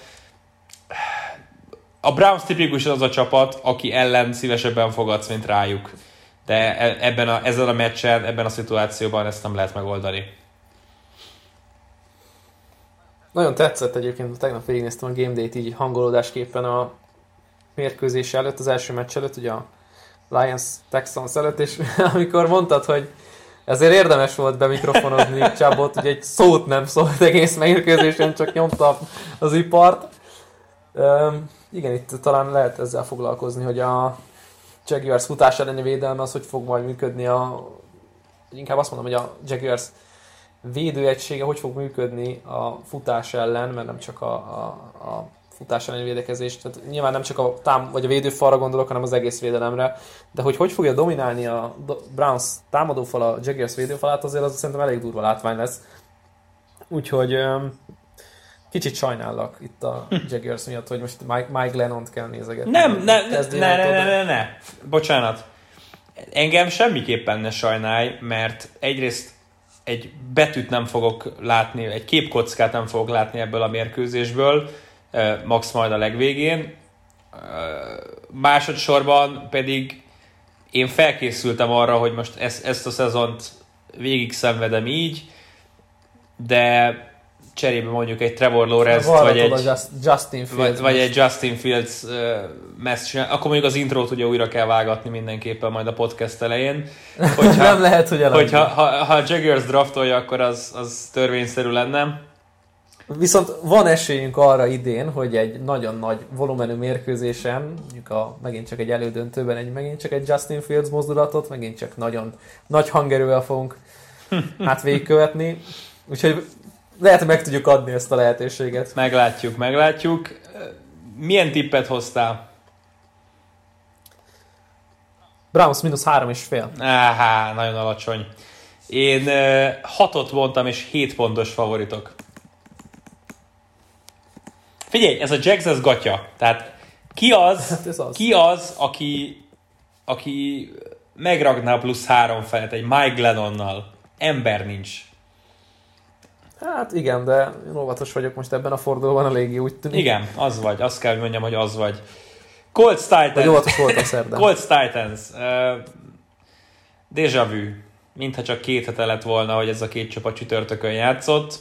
A Browns tipikus az a csapat, aki ellen szívesebben fogadsz, mint rájuk. De ebben a, ezzel a meccsen, ebben a szituációban ezt nem lehet megoldani. Nagyon tetszett egyébként, tegnap végignéztem a Game Day-t így hangolódásképpen a mérkőzés előtt, az első meccs előtt, ugye a Lions-Texans előtt, és amikor mondtad, hogy ezért érdemes volt bemikrofonozni Csabot, ugye egy szót nem szólt egész mérkőzésen, csak nyomta az ipart. Üm, igen, itt talán lehet ezzel foglalkozni, hogy a Jaguars futás elleni védelme az hogy fog majd működni, a, inkább azt mondom, hogy a Jaguars védőegysége hogy fog működni a futás ellen, mert nem csak a, a, a futás elleni védekezés, tehát nyilván nem csak a, tám, vagy a védőfalra gondolok, hanem az egész védelemre, de hogy hogy fogja dominálni a Browns támadófal a Jaguars védőfalát, azért az szerintem elég durva látvány lesz. Úgyhogy um, kicsit sajnállak itt a Jaguars miatt, hogy most Mike, Mike Glennont kell nézegetni. Nem, ne, ne, ne, ne, ne, ne, ne, bocsánat. Engem semmiképpen ne sajnálj, mert egyrészt egy betűt nem fogok látni, egy képkockát nem fogok látni ebből a mérkőzésből, max majd a legvégén. Másodszorban pedig én felkészültem arra, hogy most ezt, ezt a szezont végig szenvedem így, de cserébe mondjuk egy Trevor Lawrence vagy egy, Justin Fields vagy, vagy egy Justin Fields uh, messzt csinál, akkor mondjuk az intrót ugye újra kell vágatni mindenképpen majd a podcast elején. Hogyha, nem lehet, hogy eladni. Hogyha ha, ha a Jaguars draftolja, akkor az, az törvényszerű lenne. Viszont van esélyünk arra idén, hogy egy nagyon nagy volumenű mérkőzésen, mondjuk a, megint csak egy elődöntőben, egy, megint csak egy Justin Fields mozdulatot, megint csak nagyon nagy hangerővel fogunk hát végigkövetni. Úgyhogy lehet, hogy meg tudjuk adni ezt a lehetőséget. Meglátjuk, meglátjuk. Milyen tippet hoztál? Browns mínusz három és fél. Áhá, nagyon alacsony. Én uh, hatot mondtam, és hét pontos favoritok. Figyelj, ez a Jags, ez gatya. Tehát ki az, hát az. Ki az aki, aki megragná plusz három felet egy Mike Glennonnal? Ember nincs. Hát igen, de én óvatos vagyok most ebben a fordulóban, eléggé úgy tűnik. Igen, az vagy. Azt kell, hogy mondjam, hogy az vagy. Colts Titans. Vagy óvatos voltam szerdán. Colts Titans. Uh, Déjà vu. Mintha csak két hete lett volna, hogy ez a két csapat csütörtökön játszott.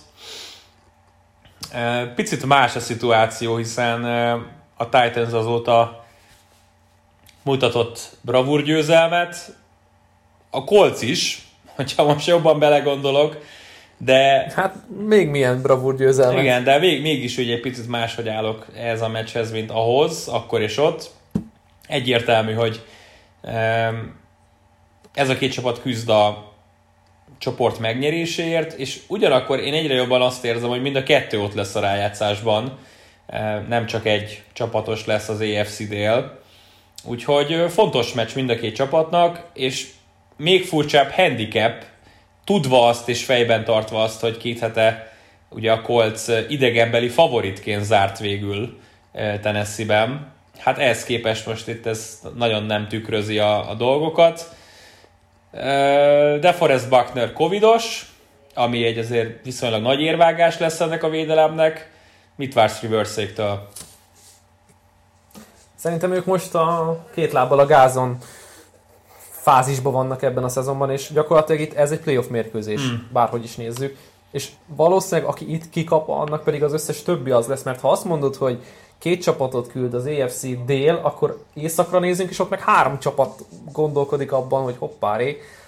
Uh, picit más a szituáció, hiszen uh, a Titans azóta mutatott bravúrgyőzelmet. A Colts is, hogyha most jobban belegondolok, de... Hát még milyen bravúrgyőzelmet. Igen, de még, mégis ugye egy picit máshogy állok ehhez a meccshez, mint ahhoz, akkor és ott. Egyértelmű, hogy um, ez a két csapat küzd a csoport megnyeréséért, és ugyanakkor én egyre jobban azt érzem, hogy mind a kettő ott lesz a rájátszásban, nem csak egy csapatos lesz az á ef cé dél. Úgyhogy fontos meccs mind a két csapatnak, és még furcsább handicap, tudva azt és fejben tartva azt, hogy két hete ugye a Colts idegenbeli favoritként zárt végül Tennessee-ben. Hát ehhez képest most itt ez nagyon nem tükrözi a, a dolgokat. DeForest Buckner covidos, ami egy azért viszonylag nagy érvágás lesz ennek a védelemnek. Mit vársz Riverséktől? Szerintem ők most a két lábbal a gázon fázisban vannak ebben a szezonban, és gyakorlatilag itt ez egy playoff mérkőzés, mm. bárhogy is nézzük. És valószínűleg aki itt kikap, annak pedig az összes többi az lesz, mert ha azt mondod, hogy két csapatot küld az á ef cé dél, akkor északra nézünk, és ott meg három csapat gondolkodik abban, hogy hoppáré.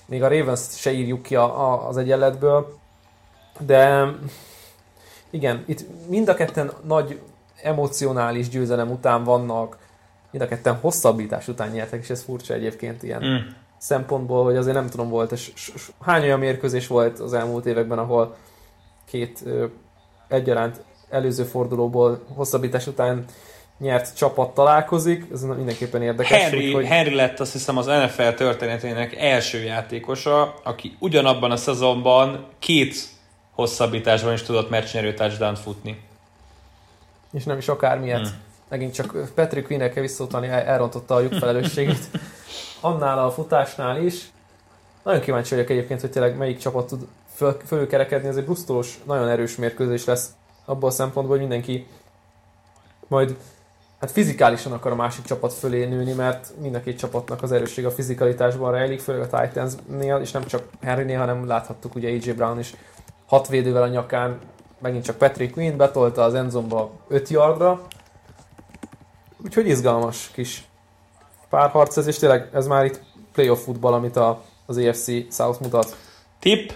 még a Ravens se írjuk ki a, a, az egyenletből, de igen, itt mind a ketten nagy emocionális győzelem után vannak, mind a ketten hosszabbítás után nyertek, és ez furcsa egyébként ilyen mm. szempontból, hogy azért nem tudom, volt, és hány olyan mérkőzés volt az elmúlt években, ahol két ö, egyaránt előző fordulóból hosszabbítás után nyert csapat találkozik, ez mindenképpen érdekes. Henry, úgy, hogy... Henry lett azt hiszem az en ef el történetének első játékosa, aki ugyanabban a szezonban két hosszabbításban is tudott meccsnyerő touchdown-t futni. És nem is akármilyet. Hmm. Megint csak Patrick Quinn-re kell visszautalni, elrontotta a lyukfelelősségét. Annál a futásnál is. Nagyon kíváncsi vagyok egyébként, hogy tényleg melyik csapat tud föl, fölülkerekedni. Ez egy brusztolós, nagyon erős mérkőzés lesz abból a szempontból, hogy mindenki majd hát fizikálisan akar a másik csapat fölé nőni, mert mind a két csapatnak az erősség a fizikalitásban rejlik, főleg a Titansnél, és nem csak Henrynél, hanem láthattuk ugye á jé Brown is hat védővel a nyakán, megint csak Patrick Quinn betolta az endzonba öt yardra. Úgyhogy izgalmas kis párharc ez, és tényleg ez már itt playoff futball, amit a, az á ef cé South mutat. Tipp?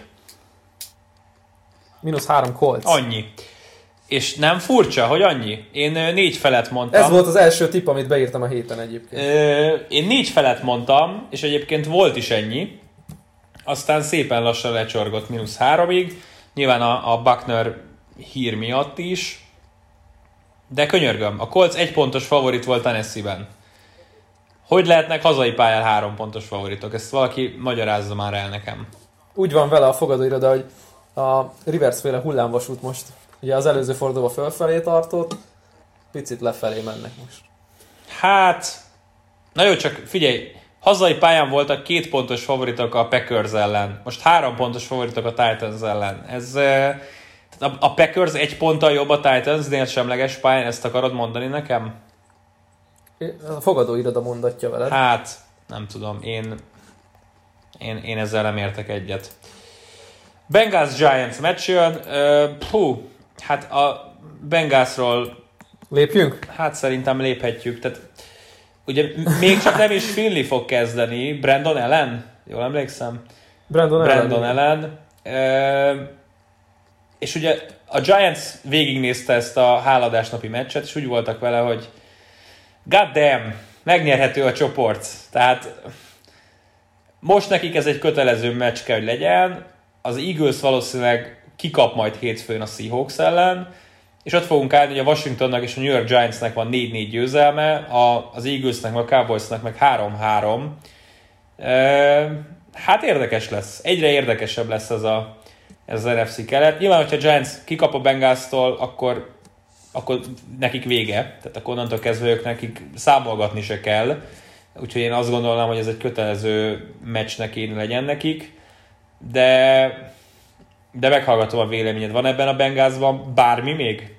Mínusz három Colts. Annyi. És nem furcsa, hogy annyi? Én négy felett mondtam. Ez volt az első tipp, amit beírtam a héten egyébként. Én négy felett mondtam, és egyébként volt is ennyi. Aztán szépen lassan lecsorgott mínusz háromig. Nyilván a, a Buckner hír miatt is. De könyörgöm, a Colts egy pontos favorit volt Tennessee-ben. Hogy lehetnek hazai pályán három pontos favoritok? Ezt valaki magyarázza már el nekem. Úgy van vele a fogadóiroda, hogy a Rivers-féle hullámvasút most ugye az előző fordulóba fölfelé tartott, picit lefelé mennek most. Hát, na jó, csak figyelj, hazai pályán voltak két pontos favoritok a Packers ellen, most három pontos favoritok a Titans ellen. Ez, a, a Packers egy ponttal jobb a Titansnél semleges pályán, ezt akarod mondani nekem? A fogadóiroda mondatja veled. Hát, nem tudom, én, én, én ezzel nem értek egyet. Bengals Giants meccs jön, uh, hú, hát a Bengalsról lépjünk? Hát szerintem léphetjük. Tehát, ugye még csak nem is Finley fog kezdeni, Brandon Allen, jól emlékszem? Brandon, Brandon Allen. Allen. Uh, és ugye a Giants végignézte ezt a háladásnapi meccset, és úgy voltak vele, hogy god damn, megnyerhető a csoport. Tehát most nekik ez egy kötelező meccs kell, hogy legyen. Az Eagles valószínűleg kikap majd hétfőn a Seahawks ellen, és ott fogunk állni, hogy a Washingtonnak és a New York Giantsnek van négy négy győzelme, a, az Eaglesnek, a Cowboysnak meg három három. E, hát érdekes lesz. Egyre érdekesebb lesz ez, a, ez az en ef cé kelet. Nyilván, hogyha a Giants kikap a Bengalstól, akkor, akkor nekik vége. Tehát akkor onnantól kezdve ők nekik számolgatni se kell. Úgyhogy én azt gondolnám, hogy ez egy kötelező meccsnek kéne legyen nekik. De, de meghallgatom a véleményed. Van ebben a Bengalsban bármi még?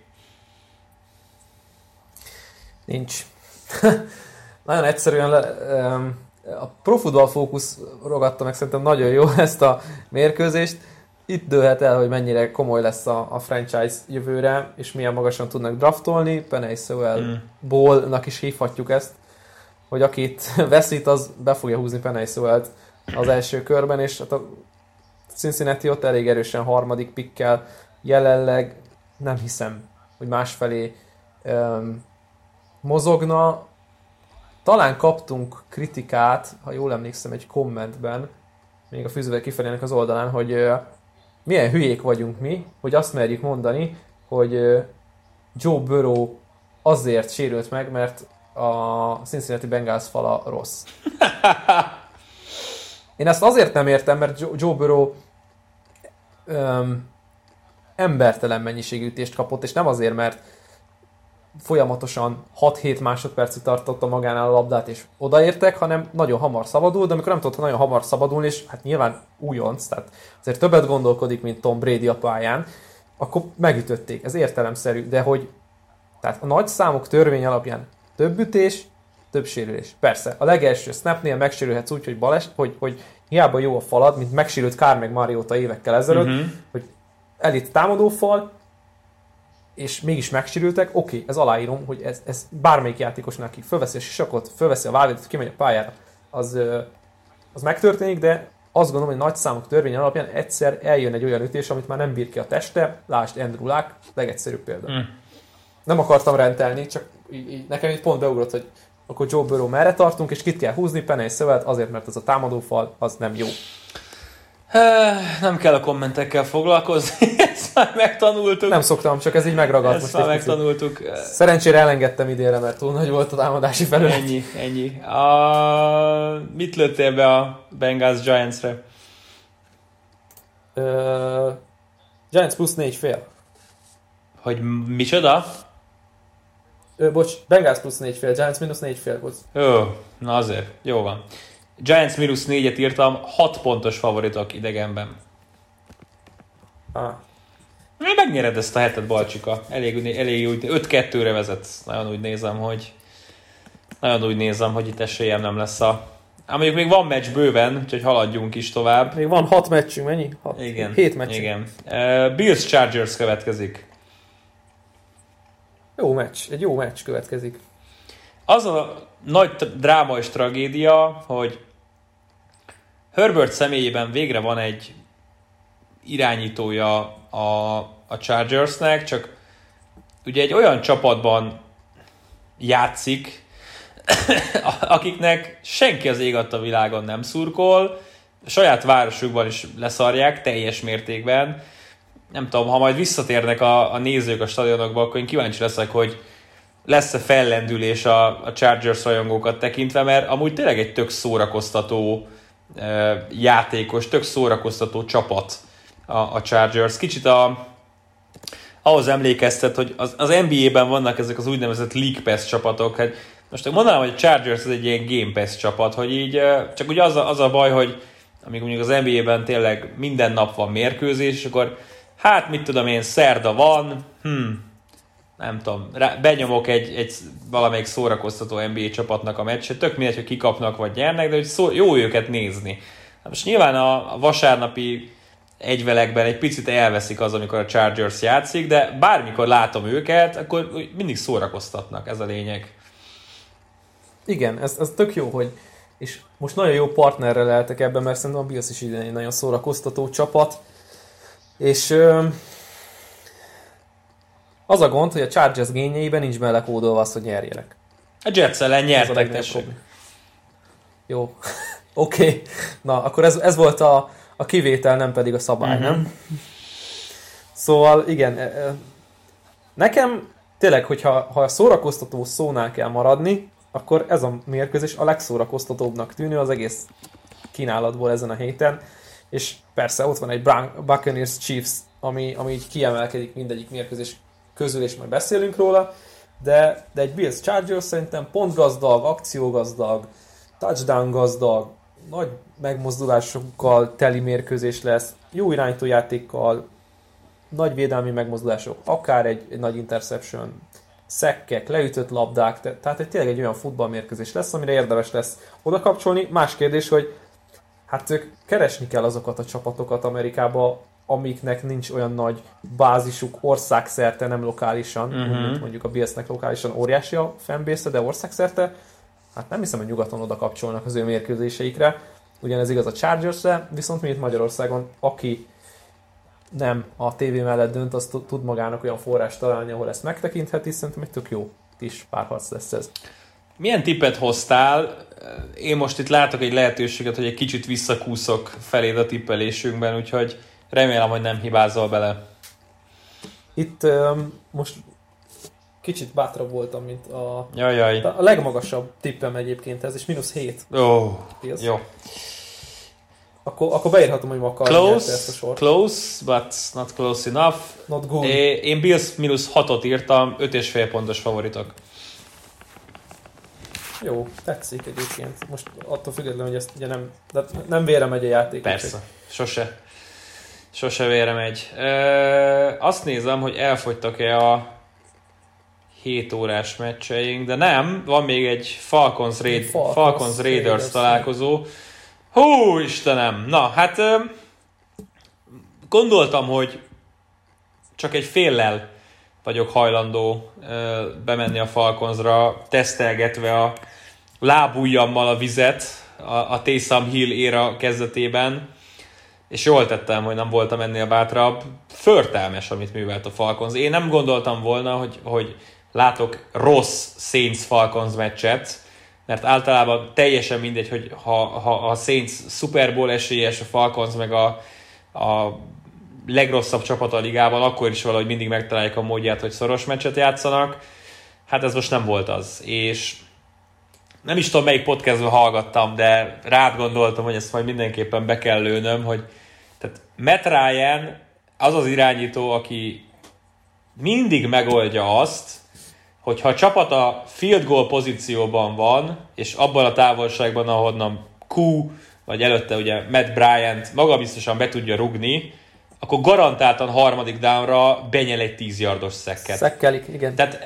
Nincs. Nagyon egyszerűen le, a Pro Football Focus rogadta meg szerintem nagyon jó ezt a mérkőzést. Itt dőlhet el, hogy mennyire komoly lesz a, a franchise jövőre, és milyen magasan tudnak draftolni. Penei Sewell-ból-nak is hívhatjuk ezt, hogy akit veszít, az be fogja húzni Penei Sewell-t az első körben, és hát a Cincinnati ott elég erősen harmadik pickkel jelenleg nem hiszem, hogy másfelé um, mozogna. Talán kaptunk kritikát, ha jól emlékszem, egy kommentben, még a fűzővel kifelének az oldalán, hogy uh, milyen hülyék vagyunk mi, hogy azt merjük mondani, hogy uh, Joe Burrow azért sérült meg, mert a Cincinnati Bengals fala rossz. Én ezt azért nem értem, mert Joe Burrow öm, embertelen mennyiségű ütést kapott, és nem azért, mert folyamatosan hat-hét másodpercig tartotta magánál a labdát, és odaértek, hanem nagyon hamar szabadul, de amikor nem tudta nagyon hamar szabadulni, és hát nyilván újonc, tehát azért többet gondolkodik, mint Tom Brady a pályán, akkor megütötték. Ez értelemszerű, de hogy tehát a nagy számok törvény alapján több ütés, több sérülés. Persze, a legelső snapnél megsérülhetsz úgy, hogy, bales, hogy, hogy hiába jó a falad, mint megsérült Kár meg Mariota évekkel ezelőtt, uh-huh. hogy elit támadó fal, és mégis megsérültek, oké, okay, ez aláírom, hogy ez, ez bármelyik játékosnak, aki fölveszi a sisakot, fölveszi a vállalatot, kimegy a pályára, az, az megtörténik, de azt gondolom, hogy nagy számok törvény alapján egyszer eljön egy olyan ütés, amit már nem bír ki a teste, lásd Andrew Luck, legegyszerűbb példa. Mm. Nem akartam rendelni, csak így, így, nekem itt pont beugrott, hogy akkor Joe Burrow merre tartunk, és kit kell húzni, Penei Sewellt, azért, mert ez a támadófal, az nem jó. Nem kell a kommentekkel foglalkozni, ezt már megtanultuk. Nem szoktam, csak ez így megragadt. Ezt most már megtanultuk. Szerencsére elengedtem idénre, mert túl nagy volt a támadási felület. Ennyi, ennyi. A... Mit lőttél be a Bengals Giants-re? Uh, Giants plusz négy fél. Hogy micsoda? Ö, bocs, Bengals plusz négy fél, Giants mínusz négy fél volt. Jó, na azért, jó van. Giants mínusz négyet írtam, hat pontos favoritok idegenben. Ah. Megnyered ezt a hetet, Balcsika. Elég, elég úgy, öt kettőre vezetsz. Nagyon úgy nézem, hogy nagyon úgy nézem, hogy itt esélyem nem lesz a... Ám mondjuk még van meccs bőven, úgyhogy haladjunk is tovább. Még van hat meccsünk, mennyi? Hat. Igen. Hét meccsünk. Igen. Uh, Bills Chargers következik. Jó meccs, egy jó meccs következik. Az a nagy dráma és tragédia, hogy Herbert személyében végre van egy irányítója a, a Chargersnek, csak ugye egy olyan csapatban játszik, akiknek senki az ég adta világon nem szurkol, a saját városukban is leszarják teljes mértékben. Nem tudom, ha majd visszatérnek a, a nézők a stadionokba, akkor én kíváncsi leszek, hogy lesz-e fellendülés a, a Chargers rajongókat tekintve, mert amúgy tényleg egy tök szórakoztató e, játékos, tök szórakoztató csapat a, a Chargers. Kicsit a, ahhoz emlékeztet, hogy az, az en bé á-ben vannak ezek az úgynevezett League Pass csapatok. Hát most mondanám, hogy a Chargers ez egy ilyen Game Pass csapat, hogy így, csak ugye az a, az a baj, hogy amikor mondjuk az en bé á-ben tényleg minden nap van mérkőzés, és akkor hát mit tudom én, szerda van, hm, nem tudom, rá, benyomok egy, egy valamelyik szórakoztató en bé á csapatnak a meccset, tök mindegy, hogy kikapnak vagy nyernek, de hogy szó, jó őket nézni. Most nyilván a, a vasárnapi egyvelekben egy picit elveszik az, amikor a Chargers játszik, de bármikor látom őket, akkor mindig szórakoztatnak, ez a lényeg. Igen, ez, ez tök jó, hogy és most nagyon jó partnerre lehetek ebben, mert szerintem a Bills is így egy nagyon szórakoztató csapat, és ö, az a gond, hogy a Chargers génjeiben nincs belekódolva az, hogy nyerjenek. A Jets ellen nyertek, tessék. Jó, oké. Okay. Na, akkor ez, ez volt a, a kivétel, nem pedig a szabály, uh-huh. nem? Szóval igen, nekem tényleg, hogyha ha a szórakoztató szónál kell maradni, akkor ez a mérkőzés a legszórakoztatóbbnak tűnő az egész kínálatból ezen a héten, és persze ott van egy Buccaneers Chiefs, ami, ami így kiemelkedik mindegyik mérkőzés közül, és majd beszélünk róla, de, de egy Bills Chargers szerintem pontgazdag, akciógazdag, touchdown gazdag, nagy megmozdulásokkal teli mérkőzés lesz, jó irányítójátékkal, nagy védelmi megmozdulások, akár egy, egy nagy interception, szekkek, leütött labdák, te, tehát egy, tényleg egy olyan futballmérkőzés lesz, amire érdemes lesz oda kapcsolni. Más kérdés, hogy hát ők keresni kell azokat a csapatokat Amerikába, amiknek nincs olyan nagy bázisuk országszerte, nem lokálisan, uh-huh. mint mondjuk a Billsnek lokálisan óriási a fanbase, de országszerte, hát nem hiszem, hogy nyugaton oda kapcsolnak az ő mérkőzéseikre. Ugyanez igaz a Chargersre, viszont mi itt Magyarországon, aki nem a tévé mellett dönt, az tud magának olyan forrást találni, ahol ezt megtekintheti, szerintem egy tök jó kis párharc lesz ez. Milyen tippet hoztál? Én most itt látok egy lehetőséget, hogy egy kicsit visszakúszok feléd a tippelésünkben, úgyhogy remélem, hogy nem hibázol bele. Itt um, most kicsit bátrabb voltam, mint a, Jajjaj. a legmagasabb tippem egyébként ez, és mínusz hét. Oh, jó. Akkor, akkor beírhatom, hogy Makar close, ezt a sort. Close, but not close enough. Not good. É, én Bills mínusz hatot írtam, öt és fél pontos favoritok. Jó, tetszik egyébként. Most attól függetlenül, hogy ezt ugye nem, de nem vére megy a játék. Persze, csak. sose. Sose vére megy. E, azt nézem, hogy elfogytak-e a hét órás meccseink, de nem, van még egy Falcons, Raid, Falcons, Falcons Raiders, Raiders találkozó. Hú, Istenem! Na, hát gondoltam, hogy csak egy féllel vagyok hajlandó bemenni a Falconsra, tesztelgetve a lábujjammal a vizet, a, a Taysom Hill éra kezdetében, és jól tettem, hogy nem voltam ennél bátrabb. Förtelmes, amit művelt a Falcons. Én nem gondoltam volna, hogy, hogy látok rossz Saints-Falcons meccset, mert általában teljesen mindegy, hogy ha, ha a Saints Super Bowl esélyes, a Falcons meg a, a legrosszabb csapat a ligában, akkor is valahogy mindig megtalálják a módját, hogy szoros meccset játszanak. Hát ez most nem volt az. És nem is tudom, melyik podcastban hallgattam, de rád gondoltam, hogy ezt majd mindenképpen be kell lőnöm, hogy tehát Matt Ryan az az irányító, aki mindig megoldja azt, hogyha a csapat a field goal pozícióban van, és abban a távolságban, ahonnan Q, vagy előtte ugye Matt Bryant magabiztosan be tudja rugni, akkor garantáltan harmadik downra benyel egy tíz yardos szekket. Szekkelik, igen. Tehát,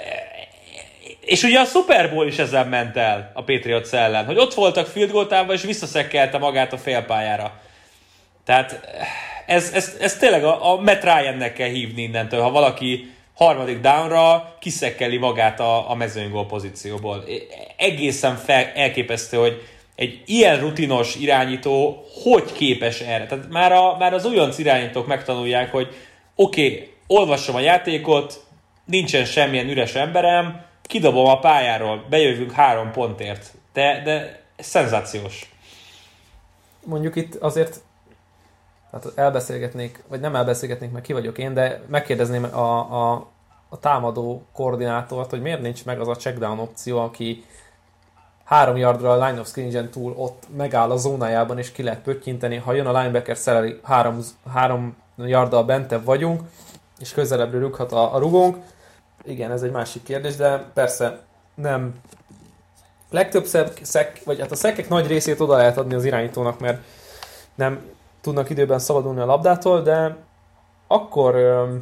és ugye a Super Bowl is ezen ment el a Patriots ellen, hogy ott voltak field goal távolban, és visszaszekkelte magát a félpályára. Tehát ez, ez, ez tényleg a, a Matt Ryannek kell hívni innentől, ha valaki harmadik downra kiszekkeli magát a, a mezőnygól pozícióból. Egészen fel, elképesztő, hogy egy ilyen rutinos irányító hogy képes erre. Tehát már, a, már az újonc irányítók megtanulják, hogy oké, okay, olvasom a játékot, nincsen semmilyen üres emberem, kidobom a pályáról, bejövünk három pontért. De, de ez szenzációs. Mondjuk itt azért hát elbeszélgetnék, vagy nem elbeszélgetnék, mert ki vagyok én, de megkérdezném a, a, a támadó koordinátort, hogy miért nincs meg az a checkdown opció, aki három yardra a line of scrimmage-en túl ott megáll a zónájában, és ki lehet pöttyinteni. Ha jön a linebacker, szereli, három, három yarddal bentebb vagyunk, és közelebbről rúghat a, a rugónk. Igen, ez egy másik kérdés, de persze nem. Legtöbb szek, vagy hát a szekkek nagy részét oda lehet adni az irányítónak, mert nem tudnak időben szabadulni a labdától, de akkor öm,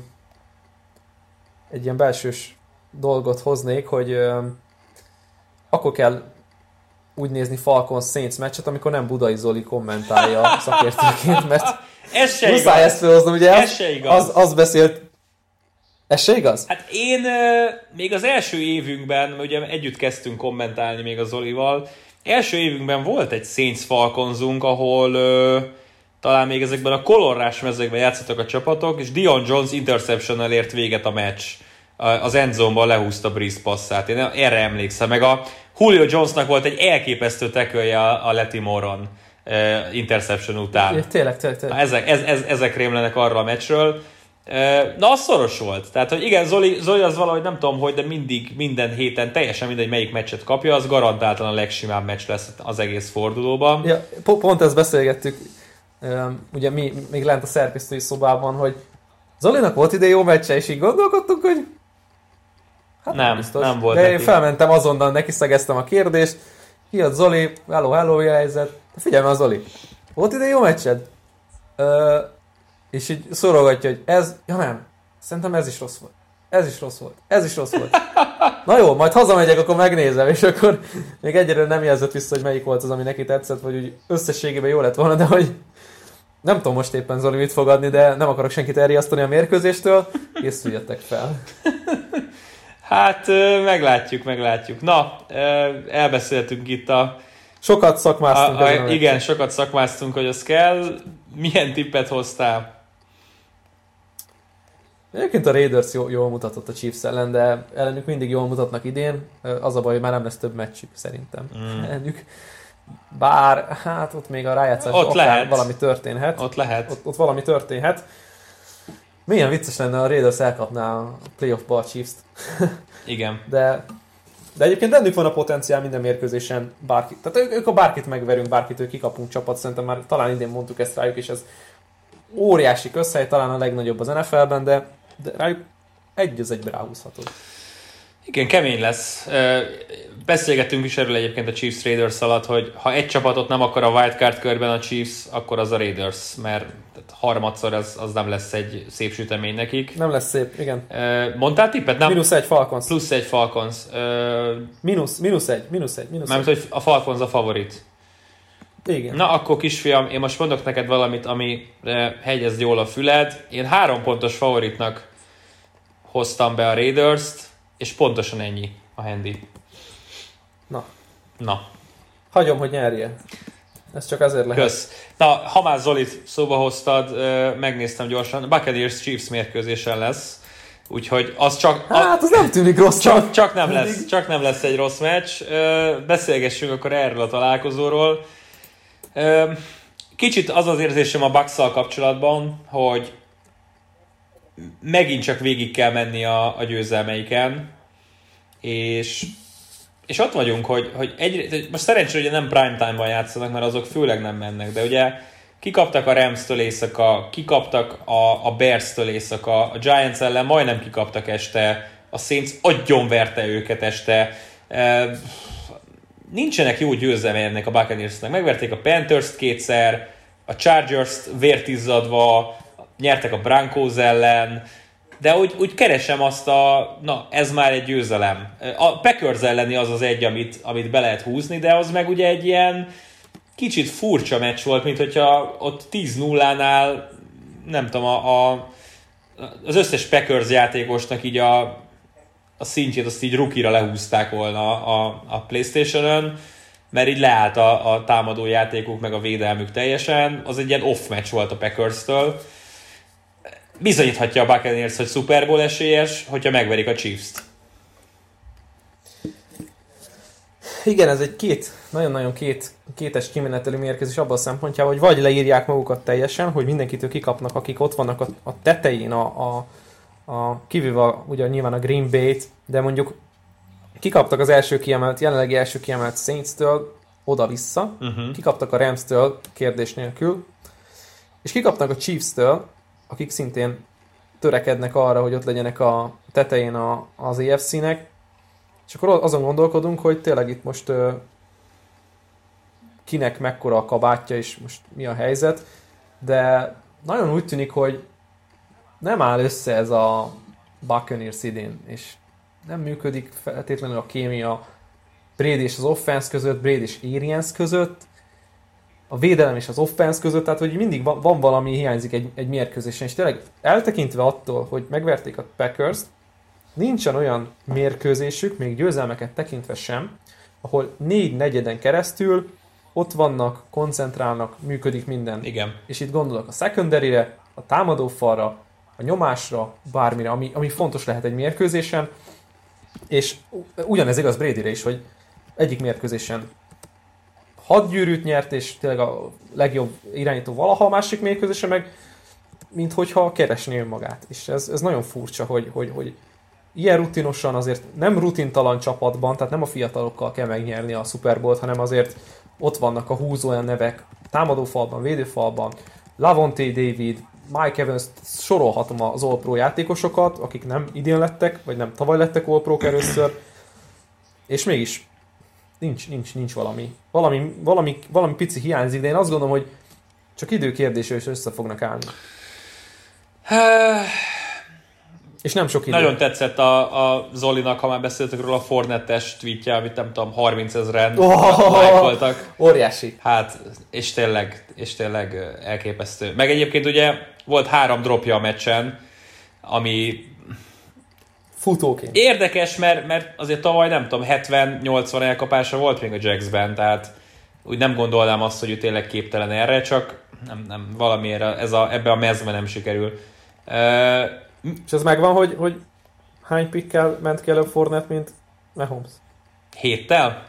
egy ilyen belsős dolgot hoznék, hogy öm, akkor kell úgy nézni Falcons Saints meccset, amikor nem Budai Zoli kommentálja szakértőként, mert ez se muszáj igaz. ezt felhoznom, ugye Ez se igaz. Az, az beszélt. Ez se igaz? Hát én euh, még az első évünkben, ugye együtt kezdtünk kommentálni még a Zolival, első évünkben volt egy Saints Falconsunk, ahol euh, talán még ezekben a kolorrás mezőkben játszottak a csapatok, és Dion Jones interceptionnel ért véget a meccs. Az endzone-ban lehúzta Breeze passzát. Én erre emlékszem. Meg a Julio Jonesnak volt egy elképesztő tekölje a Letimoron uh, interception után. É, tényleg, tényleg, tényleg. Ezek, ez, ez, ezek rémlenek arra a meccsről. Uh, na, az szoros volt. Tehát, hogy igen, Zoli, Zoli az valahogy nem tudom, hogy, de mindig, minden héten, teljesen mindegy, melyik meccset kapja, az garantáltan a legsimább meccs lesz az egész fordulóban. Ja, pont ezt beszélgettük, ugye mi még lent a szerkesztői szobában, hogy Zolinak volt ide jó meccse, és így gondolkodtunk, hogy hát nem, biztos. nem volt de neki. én felmentem azonnal, neki szegeztem a kérdést, kijött Zoli, hello, hello, helyzet. Figyelj már, Zoli, volt ide jó meccsed? Ö, és így szorogatja, hogy ez, ja nem, szerintem ez is rossz volt. Ez is rossz volt. Ez is rossz volt. Na jó, majd hazamegyek, akkor megnézem, és akkor még egyre nem jelzett vissza, hogy melyik volt az, ami neki tetszett, vagy úgy összességében jó lett volna, de hogy nem tudom most éppen Zoli mit fog adni, de nem akarok senkit elriasztani a mérkőzéstől. Készüljetek fel. Hát meglátjuk, meglátjuk. Na, elbeszéltünk itt a... Sokat szakmáztunk. A, a, igen, meccsen. sokat szakmáztunk, hogy az kell. Milyen tippet hoztál? Egyébként a Raiders jól, jól mutatott a Chiefs ellen, de ellenük mindig jól mutatnak idén. Az a baj, hogy már nem lesz több meccsük szerintem. Mm. Ellenük. Bár, hát ott még a rájátszás ott lehet. valami történhet. Ott lehet. Ott, ott valami történhet. Milyen vicces lenne, a Raiders elkapná a playoffba a Chiefs-t. Igen. De, de egyébként bennük van a potenciál minden mérkőzésen bárki. Tehát ők, ők a bárkit megverünk, bárkitől kikapunk csapat, szerintem már talán idén mondtuk ezt rájuk, és ez óriási közhely, talán a legnagyobb az en ef el-ben, de, de rájuk egy az egybe ráhúzhatod. Igen, kemény lesz. Beszélgettünk is erről egyébként a Chiefs Raiders alatt, hogy ha egy csapatot nem akar a wildcard körben a Chiefs, akkor az a Raiders, mert harmadszor az, az nem lesz egy szép sütemény nekik. Nem lesz szép, igen. Mondtál tippet? Nem. Minusz egy Falcons. Plusz egy Falcons. Minusz, minusz egy, minusz egy, minusz Mármint, hogy a Falcons a favorit. Igen. Na akkor kisfiam, én most mondok neked valamit, ami hegyezd jól a füled. Én három pontos favoritnak hoztam be a Raiders-t, és pontosan ennyi a handy. Na. Na. Hagyom, hogy nyerje. Ez csak azért lehet. Kösz. Na, ha már Zolit szóba hoztad, megnéztem gyorsan, Buccaneers Chiefs mérkőzésen lesz, úgyhogy az csak... Hát, az nem tűnik rossz. Csak, csak, nem lesz, csak nem lesz egy rossz meccs. Beszélgessünk akkor erről a találkozóról. Kicsit az az érzésem a Bucks-szal kapcsolatban, hogy megint csak végig kell menni a, a győzelmeiken, és, és ott vagyunk, hogy, hogy egy, most szerencsére ugye nem prime time-ban játszanak, mert azok főleg nem mennek, de ugye kikaptak a Rams-től éjszaka, kikaptak a, a Bears-től éjszaka, a Giants ellen majdnem kikaptak este, a Saints agyonverte őket este, e, nincsenek jó győzelmei ennek a Buccaneersnek, megverték a Panthers-t kétszer, a Chargers-t vértizzadva, nyertek a Broncos ellen, de úgy, úgy keresem azt a, na ez már egy győzelem. A Packers elleni az az egy, amit, amit be lehet húzni, de az meg ugye egy ilyen kicsit furcsa meccs volt, mint hogyha ott tíz nullánál, nem tudom, a, a, az összes Packers játékosnak így a, a szintjét azt így rookie-ra lehúzták volna a, a PlayStation-ön, mert így leállt a, a támadó játékuk, meg a védelmük teljesen. Az egy ilyen off meccs volt a Packers-től. Bizonyíthatja a Buccaneers, hogy Super Bowl esélyes, hogyha megverik a Chiefs-t. Igen, ez egy két, nagyon-nagyon két, kétes kimenetelő mérkőzés abban a szempontjában, hogy vagy leírják magukat teljesen, hogy mindenkitől kikapnak, akik ott vannak a, a tetején, a, a, a kivéve ugye nyilván a Green Bay-t, de mondjuk kikaptak az első kiemelt, jelenlegi első kiemelt Saints-től oda-vissza, uh-huh. kikaptak a Rams-től kérdés nélkül, és kikaptak a Chiefs-től, akik szintén törekednek arra, hogy ott legyenek a tetején a, az á ef cé-nek, és akkor azon gondolkodunk, hogy tényleg itt most ö, kinek mekkora a kabátja, és most mi a helyzet, de nagyon úgy tűnik, hogy nem áll össze ez a Buccaneers idén, és nem működik feltétlenül a kémia Brady és az offense között, Brady és Arians között, a védelem és az offense között, tehát hogy mindig van, van valami hiányzik egy, egy mérkőzésen, és tényleg eltekintve attól, hogy megverték a Packers-t, nincsen olyan mérkőzésük, még győzelmeket tekintve sem, ahol négy negyeden keresztül ott vannak, koncentrálnak, működik minden. Igen. És itt gondolok a secondary-re, a támadófalra, a nyomásra, bármire, ami, ami fontos lehet egy mérkőzésen, és ugyanez igaz Bradyre is, hogy egyik mérkőzésen hat gyűrűt nyert, és tényleg a legjobb irányító valaha, a másik mérkőzésen meg, mint hogyha keresné önmagát. És ez, ez nagyon furcsa, hogy, hogy, hogy ilyen rutinosan azért nem rutintalan csapatban, tehát nem a fiatalokkal kell megnyerni a Super Bowl-t, hanem azért ott vannak a húzó olyan nevek támadófalban, védőfalban, Lavonte David, Mike Evans, sorolhatom az All-Pro játékosokat, akik nem idén lettek, vagy nem tavaly lettek All-Pro-k először, és mégis nincs, nincs, nincs valami. Valami, valami. valami pici hiányzik, de én azt gondolom, hogy csak időkérdése is össze fognak állni. És nem sok idő. Nagyon tetszett a, a Zolinak, ha már beszéltek róla, a Fournette-es tweetje, amit nem tudom, harminc ezeren oh, lájkoltak. Óriási. Hát, és tényleg, és tényleg elképesztő. Meg egyébként ugye volt három dropja a meccsen, ami futóként. Érdekes, mert, mert azért tavaly nem tudom, hetven-nyolcvan elkapása volt még a Jacksben, tehát úgy nem gondolnám azt, hogy ő tényleg képtelen erre, csak nem, nem valamiért ez a, ebbe a mezben nem sikerül. Uh, És ez megvan, hogy, hogy hány pickkel ment ki elő Fournette, mint Mahomes? Héttel?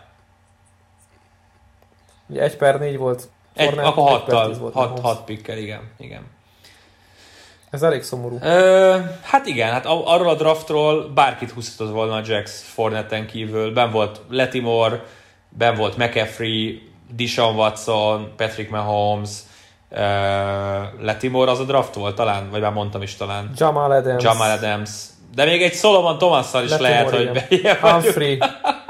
Ugye egy per négy volt Fournette, egy, akkor hattal, hat, hat pickkel, igen, igen. Ez elég szomorú. Ö, hát igen, hát arról a draftról bárkit húzhatott volna a Jacks Fournette-en kívül. Ben volt Latimore, ben volt McCaffrey, Deshaun Watson, Patrick Mahomes, uh, Latimore az a draft volt talán, vagy már mondtam is talán. Jamal Adams. Jamal Adams. De még egy Solomon Thomasszal is Latimore, lehet, igen. Hogy bejebb Humphrey.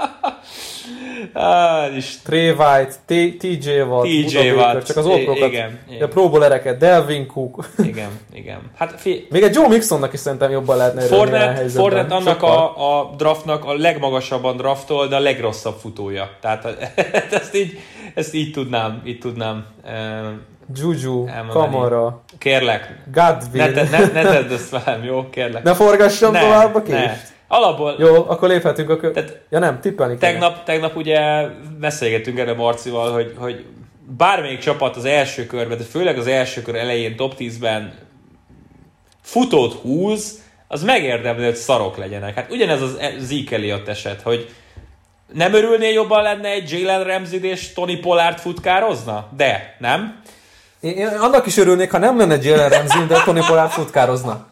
Ah, is. Trey White, T J Watt, T J Watt, csak az All-Pro-kat, igen, igen. a Pro Bowlereket, Delvin Cook. Igen, igen. Hát fi... Még egy Joe Mixonnak is szerintem jobban lehetne örülni a helyzetben. Fornet annak a, a draftnak a legmagasabban draftol, de a legrosszabb futója. Tehát ezt így, ezt így tudnám, így tudnám Juju, Kamara, kérlek, Godwin. Ne, te, ne, ne tedd ezt velem, jó? Kérlek. Ne forgassam ne, tovább a kést? Alapból... Jó, akkor léphetünk a kö... Tehát, ja nem, tippelni tegnap, tegnap ugye beszélgettünk erre Marcival, hogy, hogy bármelyik csapat az első körben, de főleg az első kör elején top tízben futót húz, az megérdemli, hogy szarok legyenek. Hát ugyanez az Zeke Elliott eset, hogy nem örülnél jobban lenne egy Jalen Ramsey és Tony Pollard futkározna? De, nem? Én, én annak is örülnék, ha nem lenne Jalen Ramsey, de Tony Pollard futkározna.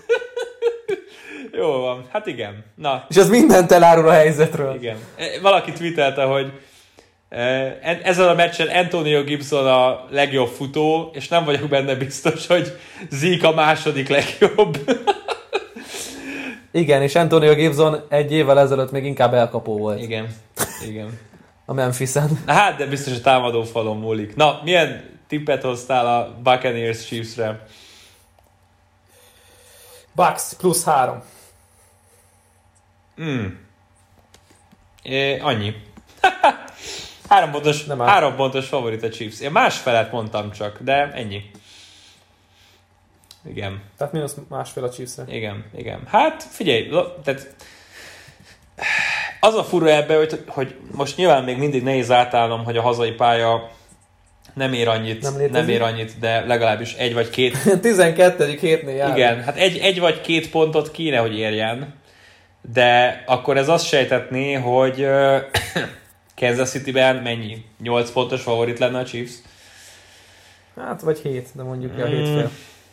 Jó van, hát igen. Na. És ez mindent elárul a helyzetről. Igen. Valaki tweetelte, hogy ezen a meccsen Antonio Gibson a legjobb futó, és nem vagyok benne biztos, hogy Zeke a második legjobb. Igen, és Antonio Gibson egy évvel ezelőtt még inkább elkapó volt. Igen, igen. A Memphisen. Hát, de biztos a támadó falon múlik. Na, milyen tippet hoztál a Buccaneers Chiefsre? Bucks plusz három. Hmm. É, annyi. három pontos, három pontos favorit a Chiefs. Én másfelet mondtam csak, de ennyi. Igen. Tehát mínusz másfél a Chiefsre. Igen, igen. Hát figyelj, tehát az a fura ebbe, hogy, hogy most nyilván még mindig nehéz átállnom, hogy a hazai pálya nem ér annyit, nem, nem ér annyit, de legalábbis egy vagy két... tizenkettedik hétnél jár. Igen, hát egy, egy vagy két pontot kéne, hogy érjen, de akkor ez azt sejtetné, hogy Kansas Cityben mennyi? nyolc pontos favorit lenne a Chiefs? Hát, vagy hét, de mondjuk mm. a hétfél.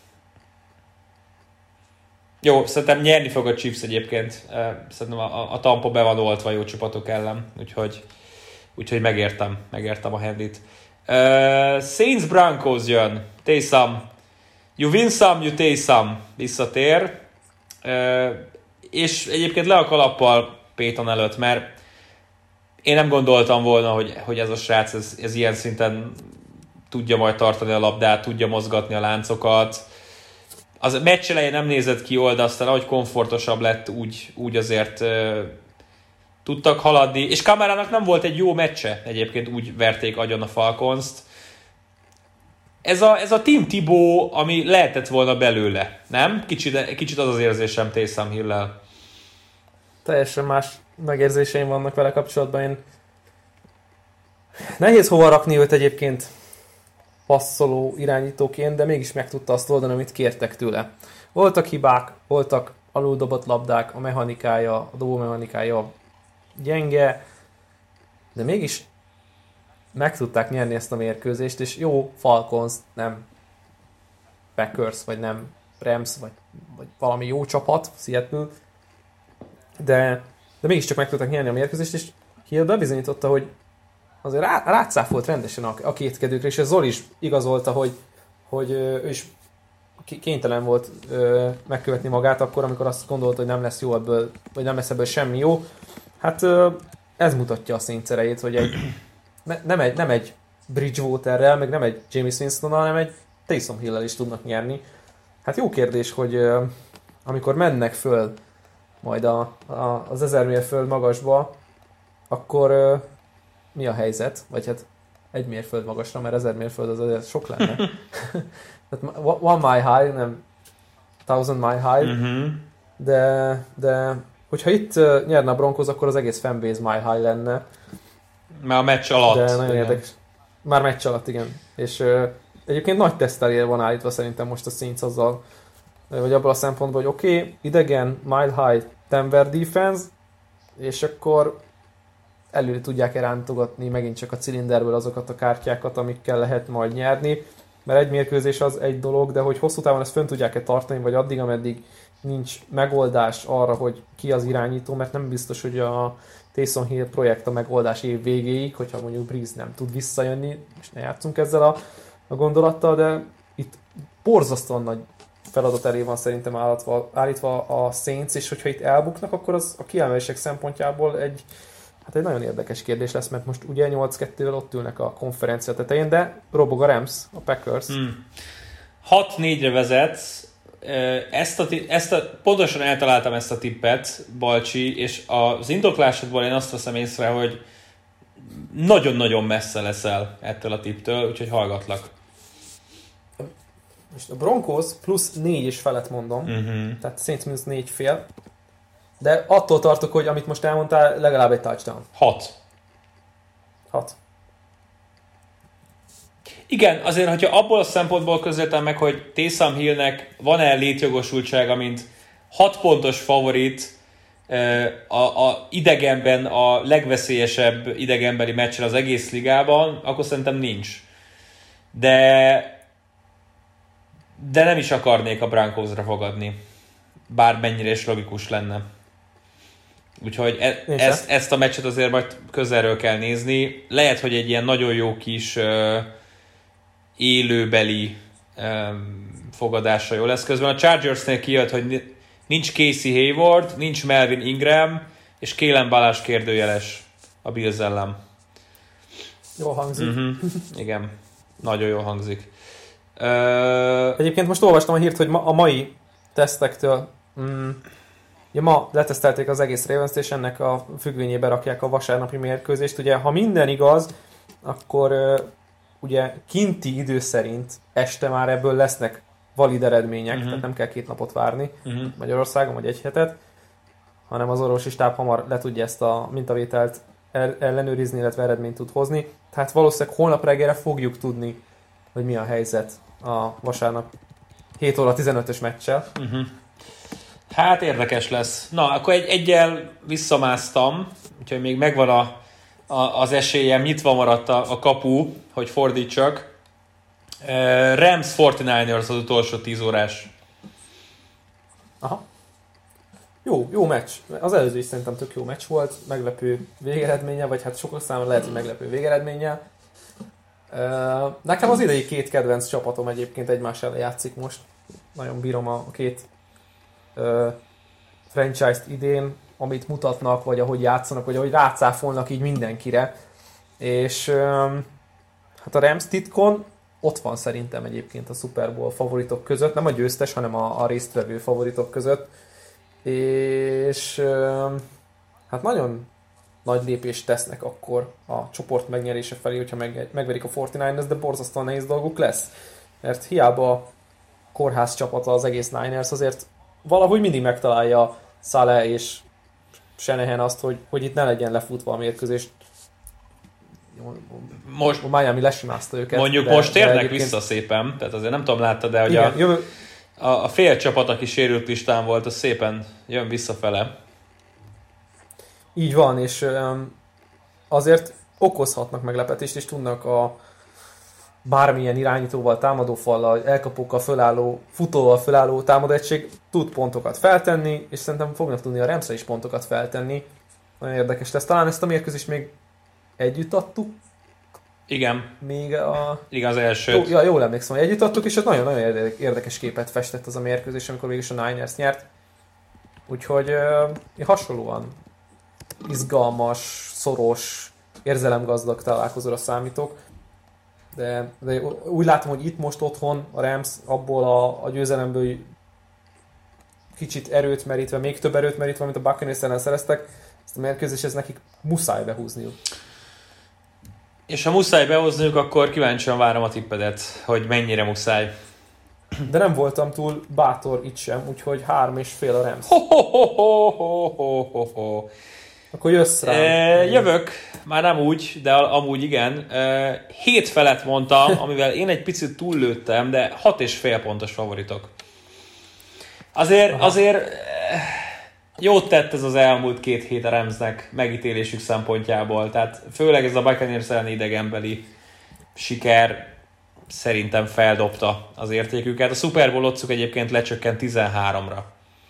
Jó, szerintem nyerni fog a Chiefs egyébként. Szerintem a, a Tampa be van oltva jó csapatok ellen, úgyhogy, úgyhogy megértem, megértem a handit. Uh, Saints Broncos jön. Taysom. You win some, you take some. Visszatér. Uh, és egyébként le a kalappal Payton előtt, mert én nem gondoltam volna, hogy, hogy ez a srác ez, ez ilyen szinten tudja majd tartani a labdát, tudja mozgatni a láncokat. Az meccs elején nem nézett ki jól, de aztán ahogy komfortosabb lett, úgy, úgy azért uh, tudtak haladni. És Kamarának nem volt egy jó meccse, egyébként úgy verték agyon a Falcons-t. Ez a, ez a Tim Tebow, ami lehetett volna belőle, nem? Kicsit, kicsit az az érzésem Taysom Hill-lel. Teljesen más megérzéseim vannak vele kapcsolatban. Én... Nehéz hova rakni őt egyébként passzoló irányítóként, de mégis meg tudta azt oldani, amit kértek tőle. Voltak hibák, voltak aluldobott labdák, a mechanikája, a dobó mechanikája gyenge, de mégis meg tudták nyerni ezt a mérkőzést, és jó Falcons, nem Packers, vagy nem Rams, vagy, vagy valami jó csapat, Seattle, de, de mégiscsak meg tudták nyerni a mérkőzést, és Hill bebizonyította, hogy azért rá, rátszáfolt rendesen a, a kétkedőkre, és ez Zoli is igazolta, hogy, hogy ő is kénytelen volt ö, megkövetni magát akkor, amikor azt gondolta, hogy nem lesz jó ebből, vagy nem lesz ebből semmi jó. Hát ö, ez mutatja a Saints erejét, hogy egy, ne, nem, egy, nem egy Bridgewaterrel, meg nem egy James Winstonnal, hanem egy Taysom Hill-lel is tudnak nyerni. Hát jó kérdés, hogy ö, amikor mennek föl majd a, a, az ezer mérföld magasba, akkor ö, mi a helyzet? Vagy hát egy mérföld magasra, mert ezer mérföld az azért sok lenne. Tehát one mile high, nem thousand mile high, uh-huh. de, de hogyha itt uh, nyerne a Broncos, akkor az egész fanbase mile high lenne. Már a meccs alatt. De nagyon igen. Érdekes. Már meccs alatt, igen. És uh, egyébként nagy tesztelére van állítva szerintem most a Saints azzal, vagy abban a szempontból, hogy oké, okay, idegen, mile high, Denver defense, és akkor elő tudják rántogatni megint csak a cilinderből azokat a kártyákat, amikkel lehet majd nyerni, mert egy mérkőzés az egy dolog, de hogy hosszú távon ezt fönn tudják-e tartani, vagy addig, ameddig nincs megoldás arra, hogy ki az irányító, mert nem biztos, hogy a Taysom Hill projekt a megoldás év végéig, hogyha mondjuk Breeze nem tud visszajönni, és ne játszunk ezzel a, a gondolattal, de itt borzasztóan nagy feladat elé van szerintem állítva, állítva a Saints, és hogyha itt elbuknak, akkor az a kiemelések szempontjából egy Hát egy nagyon érdekes kérdés lesz, mert most ugye nyolc kettővel ott ülnek a konferencia tetején, de robog a Rams, a Packers. Hmm. hat négyre vezetsz, ezt a, ezt a, pontosan eltaláltam ezt a tippet, Balcsi, és az indoklásodból én azt veszem észre, hogy nagyon-nagyon messze leszel ettől a tipptől, úgyhogy hallgatlak. Most a Broncos plusz négy és felett mondom, uh-huh. tehát Saints mínusz négy fél. De attól tartok, hogy amit most elmondtál, legalább egy touchdown. Hat. Hat. Igen, azért, hogyha abból a szempontból közöltem meg, hogy Taysom Hillnek van-e létjogosultsága, mint hat pontos favorit a, a idegenben, a legveszélyesebb idegenbeli meccsen az egész ligában, akkor szerintem nincs. De, de nem is akarnék a Broncosra fogadni. Bármennyire is logikus lenne. Úgyhogy e, ezt, ezt a meccset azért majd közelről kell nézni. Lehet, hogy egy ilyen nagyon jó kis uh, élőbeli um, fogadásra jó lesz. Közben a Chargersnél kijött, hogy nincs Casey Hayward, nincs Melvin Ingram, és Kalen Balázs kérdőjeles a Bills ellen. Jól hangzik. Uh-huh. Igen, nagyon jól hangzik. Uh, Egyébként most olvastam a hírt, hogy ma, a mai tesztektől mm, ja, ma letesztelték az egész Ravens-t, és ennek a függvényébe rakják a vasárnapi mérkőzést. Ugye, ha minden igaz, akkor uh, ugye kinti idő szerint este már ebből lesznek valid eredmények, uh-huh. tehát nem kell két napot várni uh-huh. Magyarországon, vagy egy hetet, hanem az orvosi stáb hamar le tudja ezt a mintavételt ellenőrizni, illetve eredményt tud hozni. Tehát valószínűleg holnap reggelre fogjuk tudni, hogy mi a helyzet a vasárnap hét óra tizenötös meccsel. Uh-huh. Hát érdekes lesz. Na, akkor egy egyel visszamásztam, úgyhogy még megvan a, a, az esélyem, nyitva maradt a, a kapu, hogy fordítsak. Uh, Rams negyvenkilencesek az utolsó tíz órás. Aha. Jó, jó meccs. Az előző is szerintem tök jó meccs volt, meglepő végeredménye, vagy hát sokak számára lehet, hogy meglepő végeredménnyel. Uh, nekem az idei két kedvenc csapatom egyébként egymás ellen játszik most. Nagyon bírom a két uh, franchise-t idén, amit mutatnak, vagy ahogy játszanak, vagy ahogy rácáfolnak így mindenkire. És um, hát a Rams titkon ott van szerintem egyébként a Super Bowl favoritok között, nem a győztes, hanem a, a résztvevő favoritok között. És um, hát nagyon nagy lépést tesznek akkor a csoport megnyerése felé, hogyha meg, megverik a negyvenkilencesek, de borzasztóan nehéz dolguk lesz. Mert hiába kórház csapata az egész Niners, azért valahogy mindig megtalálja Saleh és Shanahan azt, hogy, hogy itt ne legyen lefutva a mérkőzést. Most, a Miami lesimázta őket. Mondjuk de, most térnek egyébként vissza szépen, tehát azért nem tudom, láttad, de hogy igen, a, jövő... a, a fél csapat, aki sérült listán volt, az szépen jön visszafele. Így van, és um, azért okozhatnak meglepetést, és tudnak a bármilyen irányítóval, támadófallal, elkapókkal fölálló, futóval fölálló támadegység tud pontokat feltenni, és szerintem fognak tudni a Ramsre is pontokat feltenni. Nagyon érdekes lesz. Talán ezt a mérkőzést még együtt adtuk. Igen. Még a... Igen, az elsőt. Ja, jól emlékszem, hogy együtt adtuk, és nagyon-nagyon érdekes képet festett az a mérkőzés, amikor végül is a Niners nyert. Úgyhogy uh, hasonlóan izgalmas, szoros, érzelemgazdag találkozóra számítok. De, de úgy látom, hogy itt most otthon a Rams abból a, a győzelemből kicsit erőt merítve, még több erőt merítve, mint a Buccaneers ellen szereztek, ezt a mérkőzést ez nekik muszáj behúzniuk. És ha muszáj behozniuk, akkor kíváncsian várom a tippedet, hogy mennyire muszáj. De nem voltam túl bátor itt sem, úgyhogy három és fél a Rams. Ho, ho, ho, ho, ho, ho, ho. Akkor jössz rám. E, jövök, már nem úgy, de amúgy igen. E, hét felett mondtam, amivel én egy picit túllőttem, de hat és fél pontos favoritok. Azért, Aha. azért jót tett ez az elmúlt két hét a Ramsnek megítélésük szempontjából. Tehát főleg ez a Buccaneers elleni idegenbeli siker szerintem feldobta az értéküket. A Super Bowl oddsuk egyébként lecsökkent tizenháromra.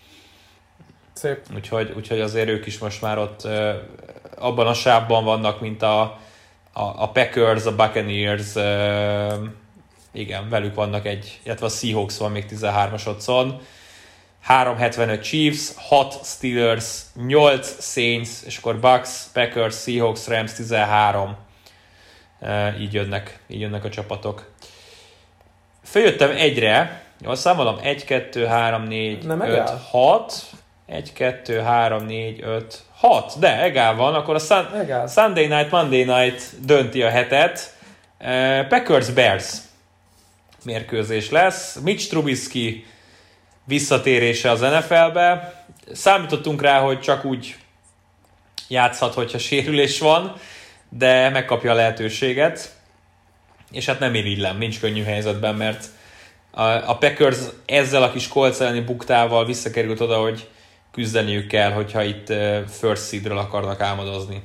Szép. Úgyhogy, úgyhogy azért ők is most már ott uh, abban a sávban vannak, mint a, a, a Packers, a Buccaneers, uh, igen, velük vannak egy, illetve a Seahawks van még tizenhármas oddszon, három hetvenöt Chiefs, hat Steelers, nyolc Saints, és akkor Bucks, Packers, Seahawks, Rams tizenhárom. Uh, így jönnek, így jönnek a csapatok. Följöttem egyre, jól számolom, egy, kettő, három, négy, öt, hat, egy, kettő, három, négy, öt, hat, de egál van, akkor a Sun- egál. Sunday Night, Monday Night dönti a hetet. Uh, Packers-Bears mérkőzés lesz. Mitch Trubisky visszatérése az en ef el-be. Számítottunk rá, hogy csak úgy játszhat, hogyha sérülés van, de megkapja a lehetőséget. és hát nem irigylem, nincs könnyű helyzetben, mert a, a Packers ezzel a kis Colts elleni buktával visszakerült oda, hogy küzdeniük kell, hogyha itt first seedről akarnak álmodozni.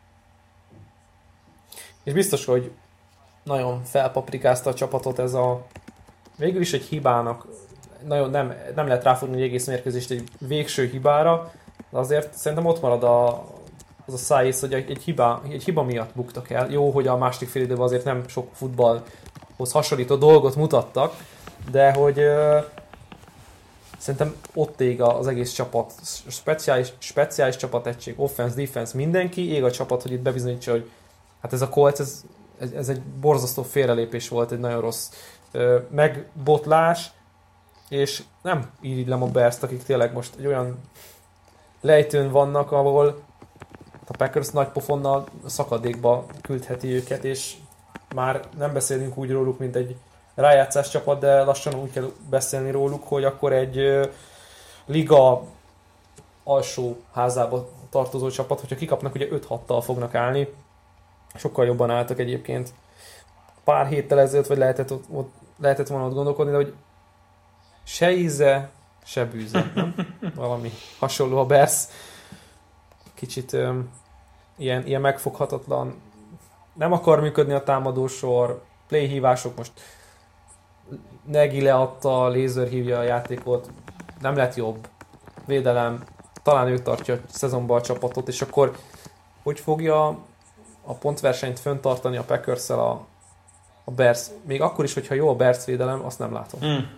És biztos, hogy nagyon felpaprikázta a csapatot ez a végül is egy hibának, nagyon nem, nem lehet ráfogni egy egész mérkőzést egy végső hibára, de azért szerintem ott marad a, az a szájész, hogy egy, egy, hiba, egy hiba miatt buktak el. Jó, hogy a második fél időben azért nem sok futballhoz hasonlító dolgot mutattak, de hogy uh, szerintem ott ég az egész csapat, speciális, speciális csapategység, offense, defense, mindenki, ég a csapat, hogy itt bebizonyítsa, hogy hát ez a Colts, ez, ez egy borzasztó félrelépés volt, egy nagyon rossz uh, megbotlás, és nem irigylem a Bears-t, akik tényleg most egy olyan lejtőn vannak, ahol a Packers nagy pofonnal szakadékba küldheti őket, és már nem beszélünk úgy róluk, mint egy rájátszás csapat, de lassan úgy kell beszélni róluk, hogy akkor egy uh, liga alsó házába tartozó csapat, hogyha kikapnak, ugye öt hattal fognak állni. Sokkal jobban álltak egyébként pár héttel ezelőtt, vagy lehetett, ott, ott, lehetett volna ott gondolkodni, de hogy se íze, se bűze, nem? Valami hasonló a Bears. Kicsit um, ilyen, ilyen megfoghatatlan. Nem akar működni a támadósor, playhívások, most Nagy leadta, a Laser hívja a játékot, nem lett jobb. Védelem, talán ő tartja a szezonban a csapatot, és akkor hogy fogja a pontversenyt föntartani a Packers-szel a, a Bears? Még akkor is, hogyha jó a Bears védelem, azt nem látom. Hmm.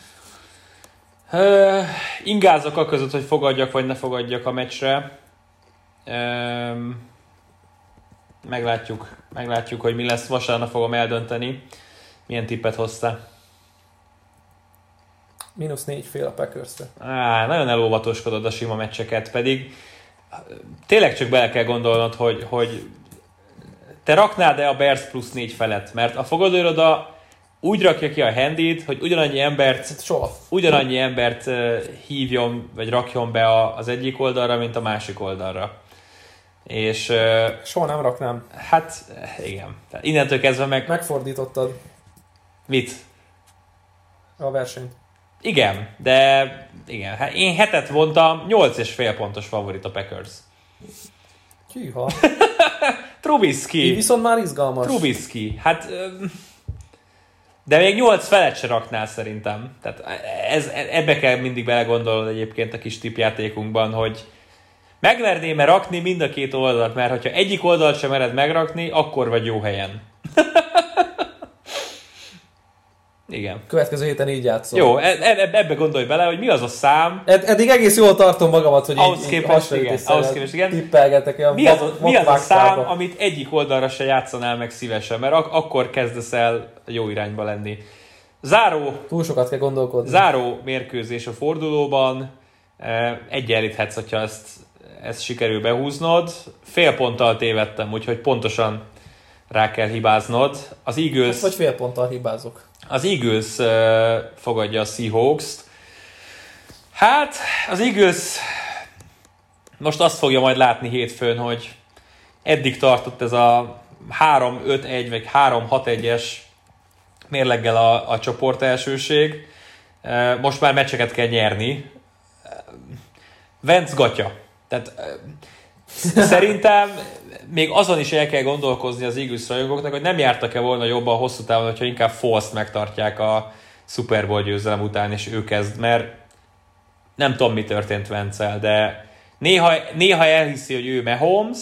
Uh, ingázok a között, hogy fogadjak vagy ne fogadjak a meccsre. Uh, meglátjuk, meglátjuk, hogy mi lesz. Vasárnap fogom eldönteni. Milyen tippet hoztál? Mínusz négy fél a Packers-re. Á, nagyon elóvatoskodod a sima meccseket, pedig tényleg csak bele kell gondolnod, hogy, hogy te raknád-e a Bears plusz négy felett, mert a fogadóiroda úgy rakja ki a handit, hogy ugyanannyi embert, Soha. ugyanannyi embert hívjon, vagy rakjon be az egyik oldalra, mint a másik oldalra. És soha nem raknám. Hát, igen. Tehát innentől kezdve meg... Megfordítottad. Mit? A versenyt. Igen, de igen. Hát én hetet mondtam, nyolc és fél pontos favorit a Packers. Hűha. Trubisky. Így viszont már izgalmas. Trubisky. Hát... De még nyolc felett se raknál szerintem. Tehát ez, ebbe kell mindig belegondolnod egyébként a kis tippjátékunkban, hogy megmerném-e rakni mind a két oldalt, mert hogyha egyik oldalt sem mered megrakni, akkor vagy jó helyen. Igen. Következő héten így játszol. Jó, ebbe gondolj bele, hogy mi az a szám. Ed- eddig egész jól tartom magamat, hogy ahhoz így, képest, igen, ahhoz képest, igen. tippelgetek. Mi az, a, mi az a szám, amit egyik oldalra se játszanál meg szívesen, mert ak- akkor kezdesz el jó irányba lenni. Záró, Túl sokat kell gondolkodni. Záró mérkőzés a fordulóban. Egyenlíthetsz, hogyha ezt, ezt sikerül behúznod. Fél ponttal tévedtem, úgyhogy pontosan rá kell hibáznod. Az Eagles... Hát, vagy fél ponttal hibázok. Az Eagles uh, fogadja a Seahawks-t. Hát, az Eagles most azt fogja majd látni hétfőn, hogy eddig tartott ez a három öt egy vagy három hat egyes mérleggel a, a csoport elsőség. Uh, most már meccseket kell nyerni. Uh, Vence gatya. Tehát uh, szerintem még azon is el kell gondolkozni az Eagles rajongóknak, hogy nem jártak-e volna jobban hosszú távon, hogyha inkább Foles-t megtartják a Super Bowl győzelem után, és ő kezd, mert nem tudom, mi történt Vence-el, de néha, néha elhiszi, hogy ő Mahomes,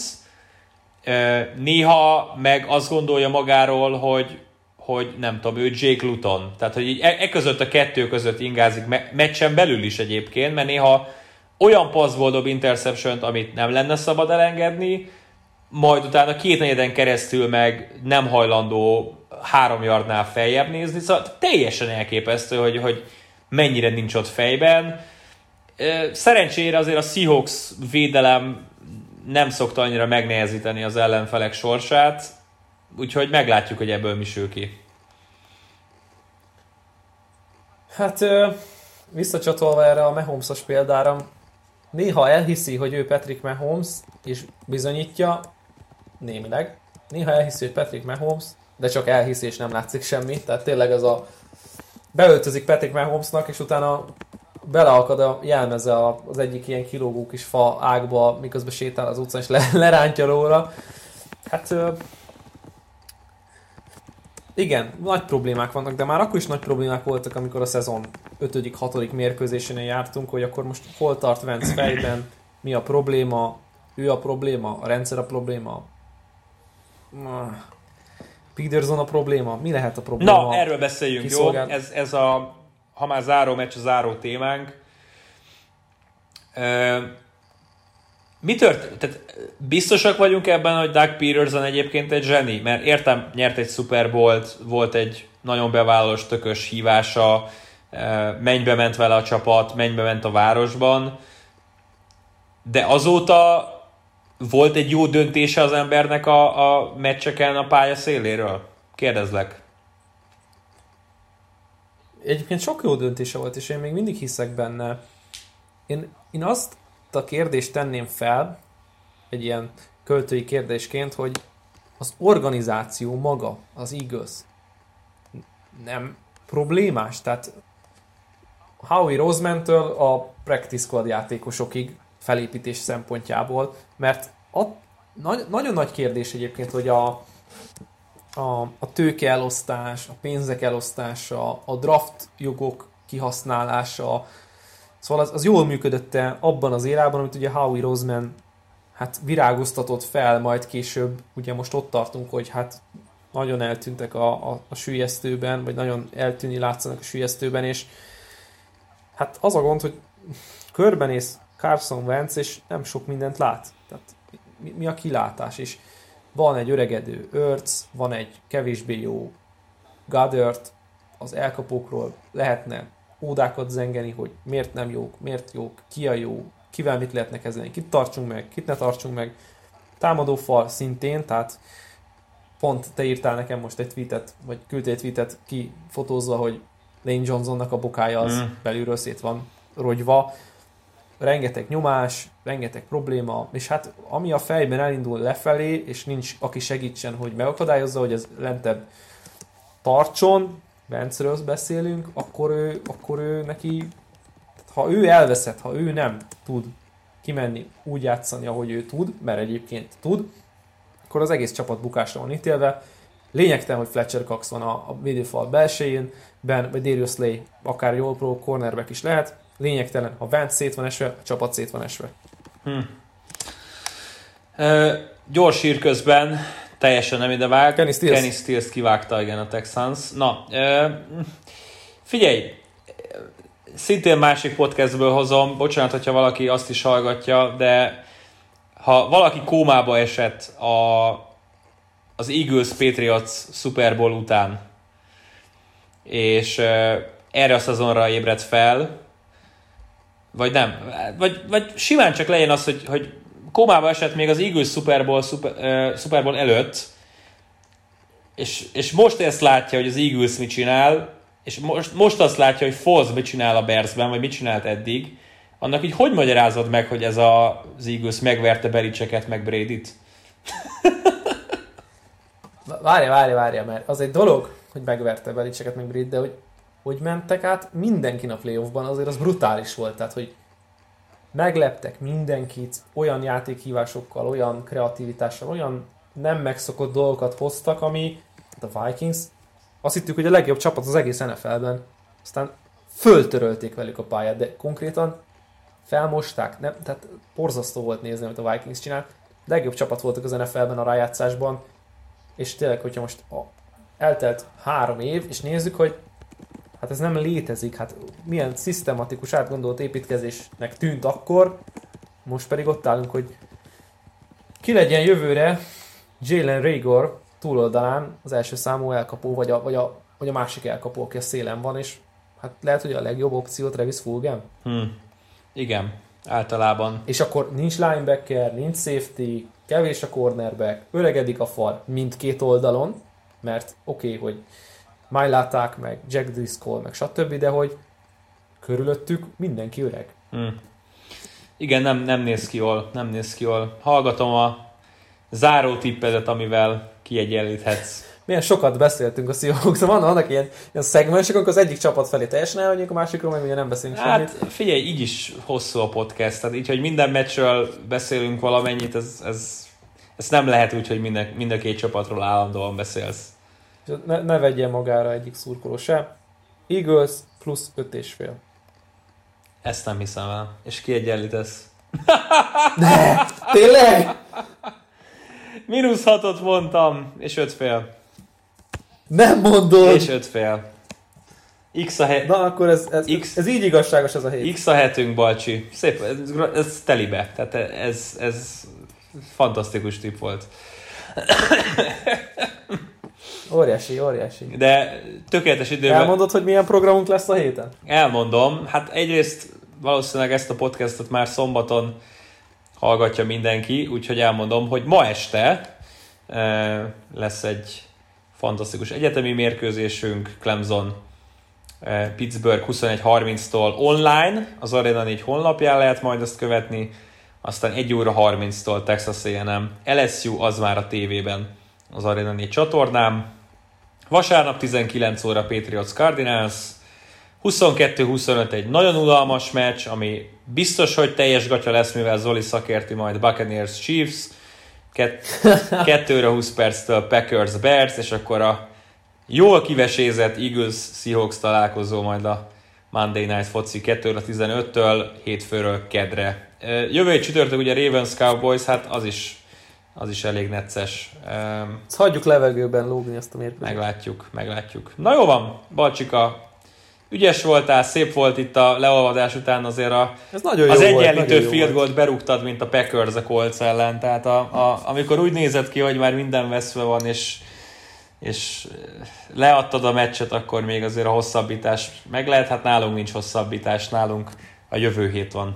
néha meg azt gondolja magáról, hogy, hogy nem tudom, ő Jake Luton. Tehát, hogy így e, e között a kettő között ingázik, me, meccsen belül is egyébként, mert néha olyan passzból dob interceptiont, amit nem lenne szabad elengedni, majd utána két negyeden keresztül meg nem hajlandó három yardnál feljebb nézni, szóval teljesen elképesztő, hogy, hogy mennyire nincs ott fejben. Szerencsére azért a Seahawks védelem nem szokta annyira megnehezíteni az ellenfelek sorsát, úgyhogy meglátjuk, hogy ebből mi sül ki. Hát visszacsatolva erre a Mahomes-os példára, néha elhiszi, hogy ő Patrick Mahomes, és bizonyítja, némileg. Néha elhiszi, hogy Patrick Mahomes, de csak elhisz és nem látszik semmi. Tehát tényleg az a beöltözik Patrick Mahomesnak, és utána beleakad a jelmeze az egyik ilyen kilógó kis fa ágba, miközben sétál az utcán, és le, lerántja róla. Hát igen, nagy problémák vannak, de már akkor is nagy problémák voltak, amikor a szezon ötödik hatodik mérkőzésénél jártunk, hogy akkor most hol tart Vance fejben, mi a probléma, ő a probléma, a rendszer a probléma, Peterson a probléma, mi lehet a probléma? Na, erről beszéljünk, jó? Ez, ez a, ha már záró meccs, a záró témánk. Uh, mi történt? Tehát biztosak vagyunk ebben, hogy Doug Peterson egyébként egy zseni? Mert értem, nyert egy Super Bowl-t, volt egy nagyon bevállalós, tökös hívása, uh, mennybe ment vele a csapat, mennybe ment a városban, de azóta volt egy jó döntése az embernek a, a meccseken a pálya széléről? Kérdezlek. Egyébként sok jó döntése volt, és én még mindig hiszek benne. Én, én azt a kérdést tenném fel, egy ilyen költői kérdésként, hogy az organizáció maga, az Eagles nem problémás? Tehát Howie Rosemantől a practice squad játékosokig felépítés szempontjából, mert a, nagy, nagyon nagy kérdés egyébként, hogy a, a, a tőke elosztás, a pénzek elosztása, a draft jogok kihasználása, szóval az, az jól működött abban az érában, amit ugye Howie Roseman hát virágoztatott fel, majd később, ugye most ott tartunk, hogy hát nagyon eltűntek a, a, a süllyesztőben, vagy nagyon eltűnni látszanak a süllyesztőben, és hát az a gond, hogy körbenéz Carson Wentz, és nem sok mindent lát. Tehát mi, mi a kilátás? És van egy öregedő Ertz, van egy kevésbé jó Goddard, az elkapókról lehetne ódákat zengeni, hogy miért nem jók, miért jók, ki a jó, kivel mit lehetne kezelni, kit tartsunk meg, kit ne tartsunk meg. Támadófal szintén, tehát pont te írtál nekem most egy tweetet, vagy küldtél egy tweetet kifotózva, hogy Lane Johnsonnak a bokája az mm. belülről szét van rogyva. Rengeteg nyomás, rengeteg probléma, és hát ami a fejben elindul lefelé, és nincs aki segítsen, hogy megakadályozza, hogy ez lentebb tartson, Vance-ről beszélünk, akkor ő, akkor ő neki, ha ő elveszett, ha ő nem tud kimenni, úgy játszani, ahogy ő tud, mert egyébként tud, akkor az egész csapat bukásra van ítélve. Lényegtelen, hogy Fletcher Cox van a, a védőfal belsején, Ben, vagy Darius Slay akár jól pro cornerback is lehet. Lényegtelen, ha Vance szét van esve, a csapat szét van esve. Hm. Uh, gyors hír közben, teljesen nem idevág. Kenny Stills. Kenny Stills kivágta, igen, a Texans. Na, uh, figyelj, szintén másik podcastből hozom, bocsánat, hogyha valaki azt is hallgatja, de ha valaki kómába esett a, az Eagles Patriots Super Bowl után, és uh, erre a szezonra ébredt fel, vagy nem, vagy, vagy simán csak legyen az, hogy, hogy kómába esett még az Eagles Super Bowl, Super, uh, Super Bowl előtt, és, és most ezt látja, hogy az Eagles mit csinál, és most, most azt látja, hogy Foles mit csinál a Bearsben, vagy mit csinált eddig, annak így hogy magyarázod meg, hogy ez a, az Eagles megverte Belichicket, meg Bradyt? Várja, várja, várja, mert az egy dolog, hogy megverte Belichicket, meg Bradyt, de hogy hogy mentek át mindenkin a playoffban, azért az brutális volt, tehát hogy megleptek mindenkit, olyan játékhívásokkal, olyan kreativitással, olyan nem megszokott dolgokat hoztak, ami a Vikings, azt hittük, hogy a legjobb csapat az egész en ef el-ben, aztán föltörölték velük a pályát, de konkrétan felmosták, nem, tehát borzasztó volt nézni, amit a Vikings csinált, legjobb csapat voltak az en ef el-ben a rájátszásban, és tényleg, hogyha most eltelt három év, és nézzük, hogy hát ez nem létezik, hát milyen szisztematikus, átgondolt építkezésnek tűnt akkor, most pedig ott állunk, hogy ki legyen jövőre Jalen Reagor túloldalán az első számú elkapó, vagy a, vagy a, vagy a másik elkapó, aki a szélen van, és hát lehet, hogy a legjobb opció Travis Fulgham. Hmm. Igen, általában. És akkor nincs linebacker, nincs safety, kevés a cornerback, öregedik a fal mindkét oldalon, mert oké, okay, hogy Mailáták, meg Jack Driscoll, meg stb., de hogy körülöttük mindenki öreg. Hmm. Igen, nem, nem néz ki jól, nem néz ki jól. Hallgatom a záró tippedet, amivel kiegyenlíthetsz. milyen sokat beszéltünk a Seahawksról. Van, vannak ilyen, ilyen szegmensek, akkor az egyik csapat felé teljesen elhagyjuk, a másikról meg ugye nem beszélünk hát, semmit. figyelj, így is hosszú a podcast, tehát így, hogy minden meccsről beszélünk valamennyit, ez, ez, ez nem lehet úgy, hogy minden, mind a két csapatról állandóan beszélsz. Ne, ne vegyen magára egyik szurkoló se. Eagles plusz öt és fél. Ezt nem hiszem el. És kiegyenlítesz. Ne! Tényleg? Mínusz hatot mondtam, és öt fél. Nem mondod! És öt fél. X a he- Na akkor ez, ez, X. ez így igazságos ez a hét. X a hetünk, Balcsi. Szép, ez, ez telibe. Tehát ez, ez fantasztikus tipp volt. Óriási, óriási. De tökéletes időben... Elmondod, hogy milyen programunk lesz a héten? Elmondom. Hát egyrészt valószínűleg ezt a podcastot már szombaton hallgatja mindenki, úgyhogy elmondom, hogy ma este e, lesz egy fantasztikus egyetemi mérkőzésünk, Clemson e, Pittsburgh huszonegy harminctól online, az Arena négy honlapján lehet majd ezt követni, aztán egy óra harminctól Texas á és em, el es u az már a tévében az Arena négy csatornám, vasárnap tizenkilenc óra Patriots Cardinals, huszonkettő huszonöt egy nagyon unalmas meccs, ami biztos, hogy teljes gatya lesz, mivel Zoli szakérti majd Buccaneers Chiefs, kettő óra húsz perctől Packers Bears, és akkor a jól kivesézett Eagles Seahawks találkozó majd a Monday Night Foci kettő óra tizenöttől hétfőről kedre. Jövő egy csütörtök ugye Ravens Cowboys, hát az is, az is elég necces. Ezt hagyjuk levegőben lógni ezt a mérkőzést. Meglátjuk, meglátjuk. Na jó van, Balcsika, ügyes voltál, szép volt itt a leolvadás után azért a, Ez nagyon jó az volt, egyenlítő nagyon jó field volt. goalt berúgtad, mint a Packers a Colts ellen. Tehát a, a, amikor úgy nézett ki, hogy már minden veszve van, és, és leadtad a meccset, akkor még azért a hosszabbítás meg lehet. Hát nálunk nincs hosszabbítás, nálunk a jövő hét van.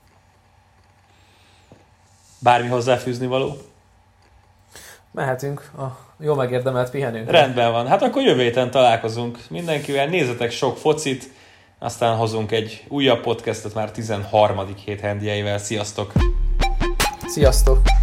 Bármi hozzáfűzni való? Mehetünk a jó megérdemelt pihenőnkre. Rendben van. Hát akkor jövő héten találkozunk mindenkivel. Nézzetek sok focit, aztán hozunk egy újabb podcastot már tizenharmadik hét hendjeivel. Sziasztok! Sziasztok!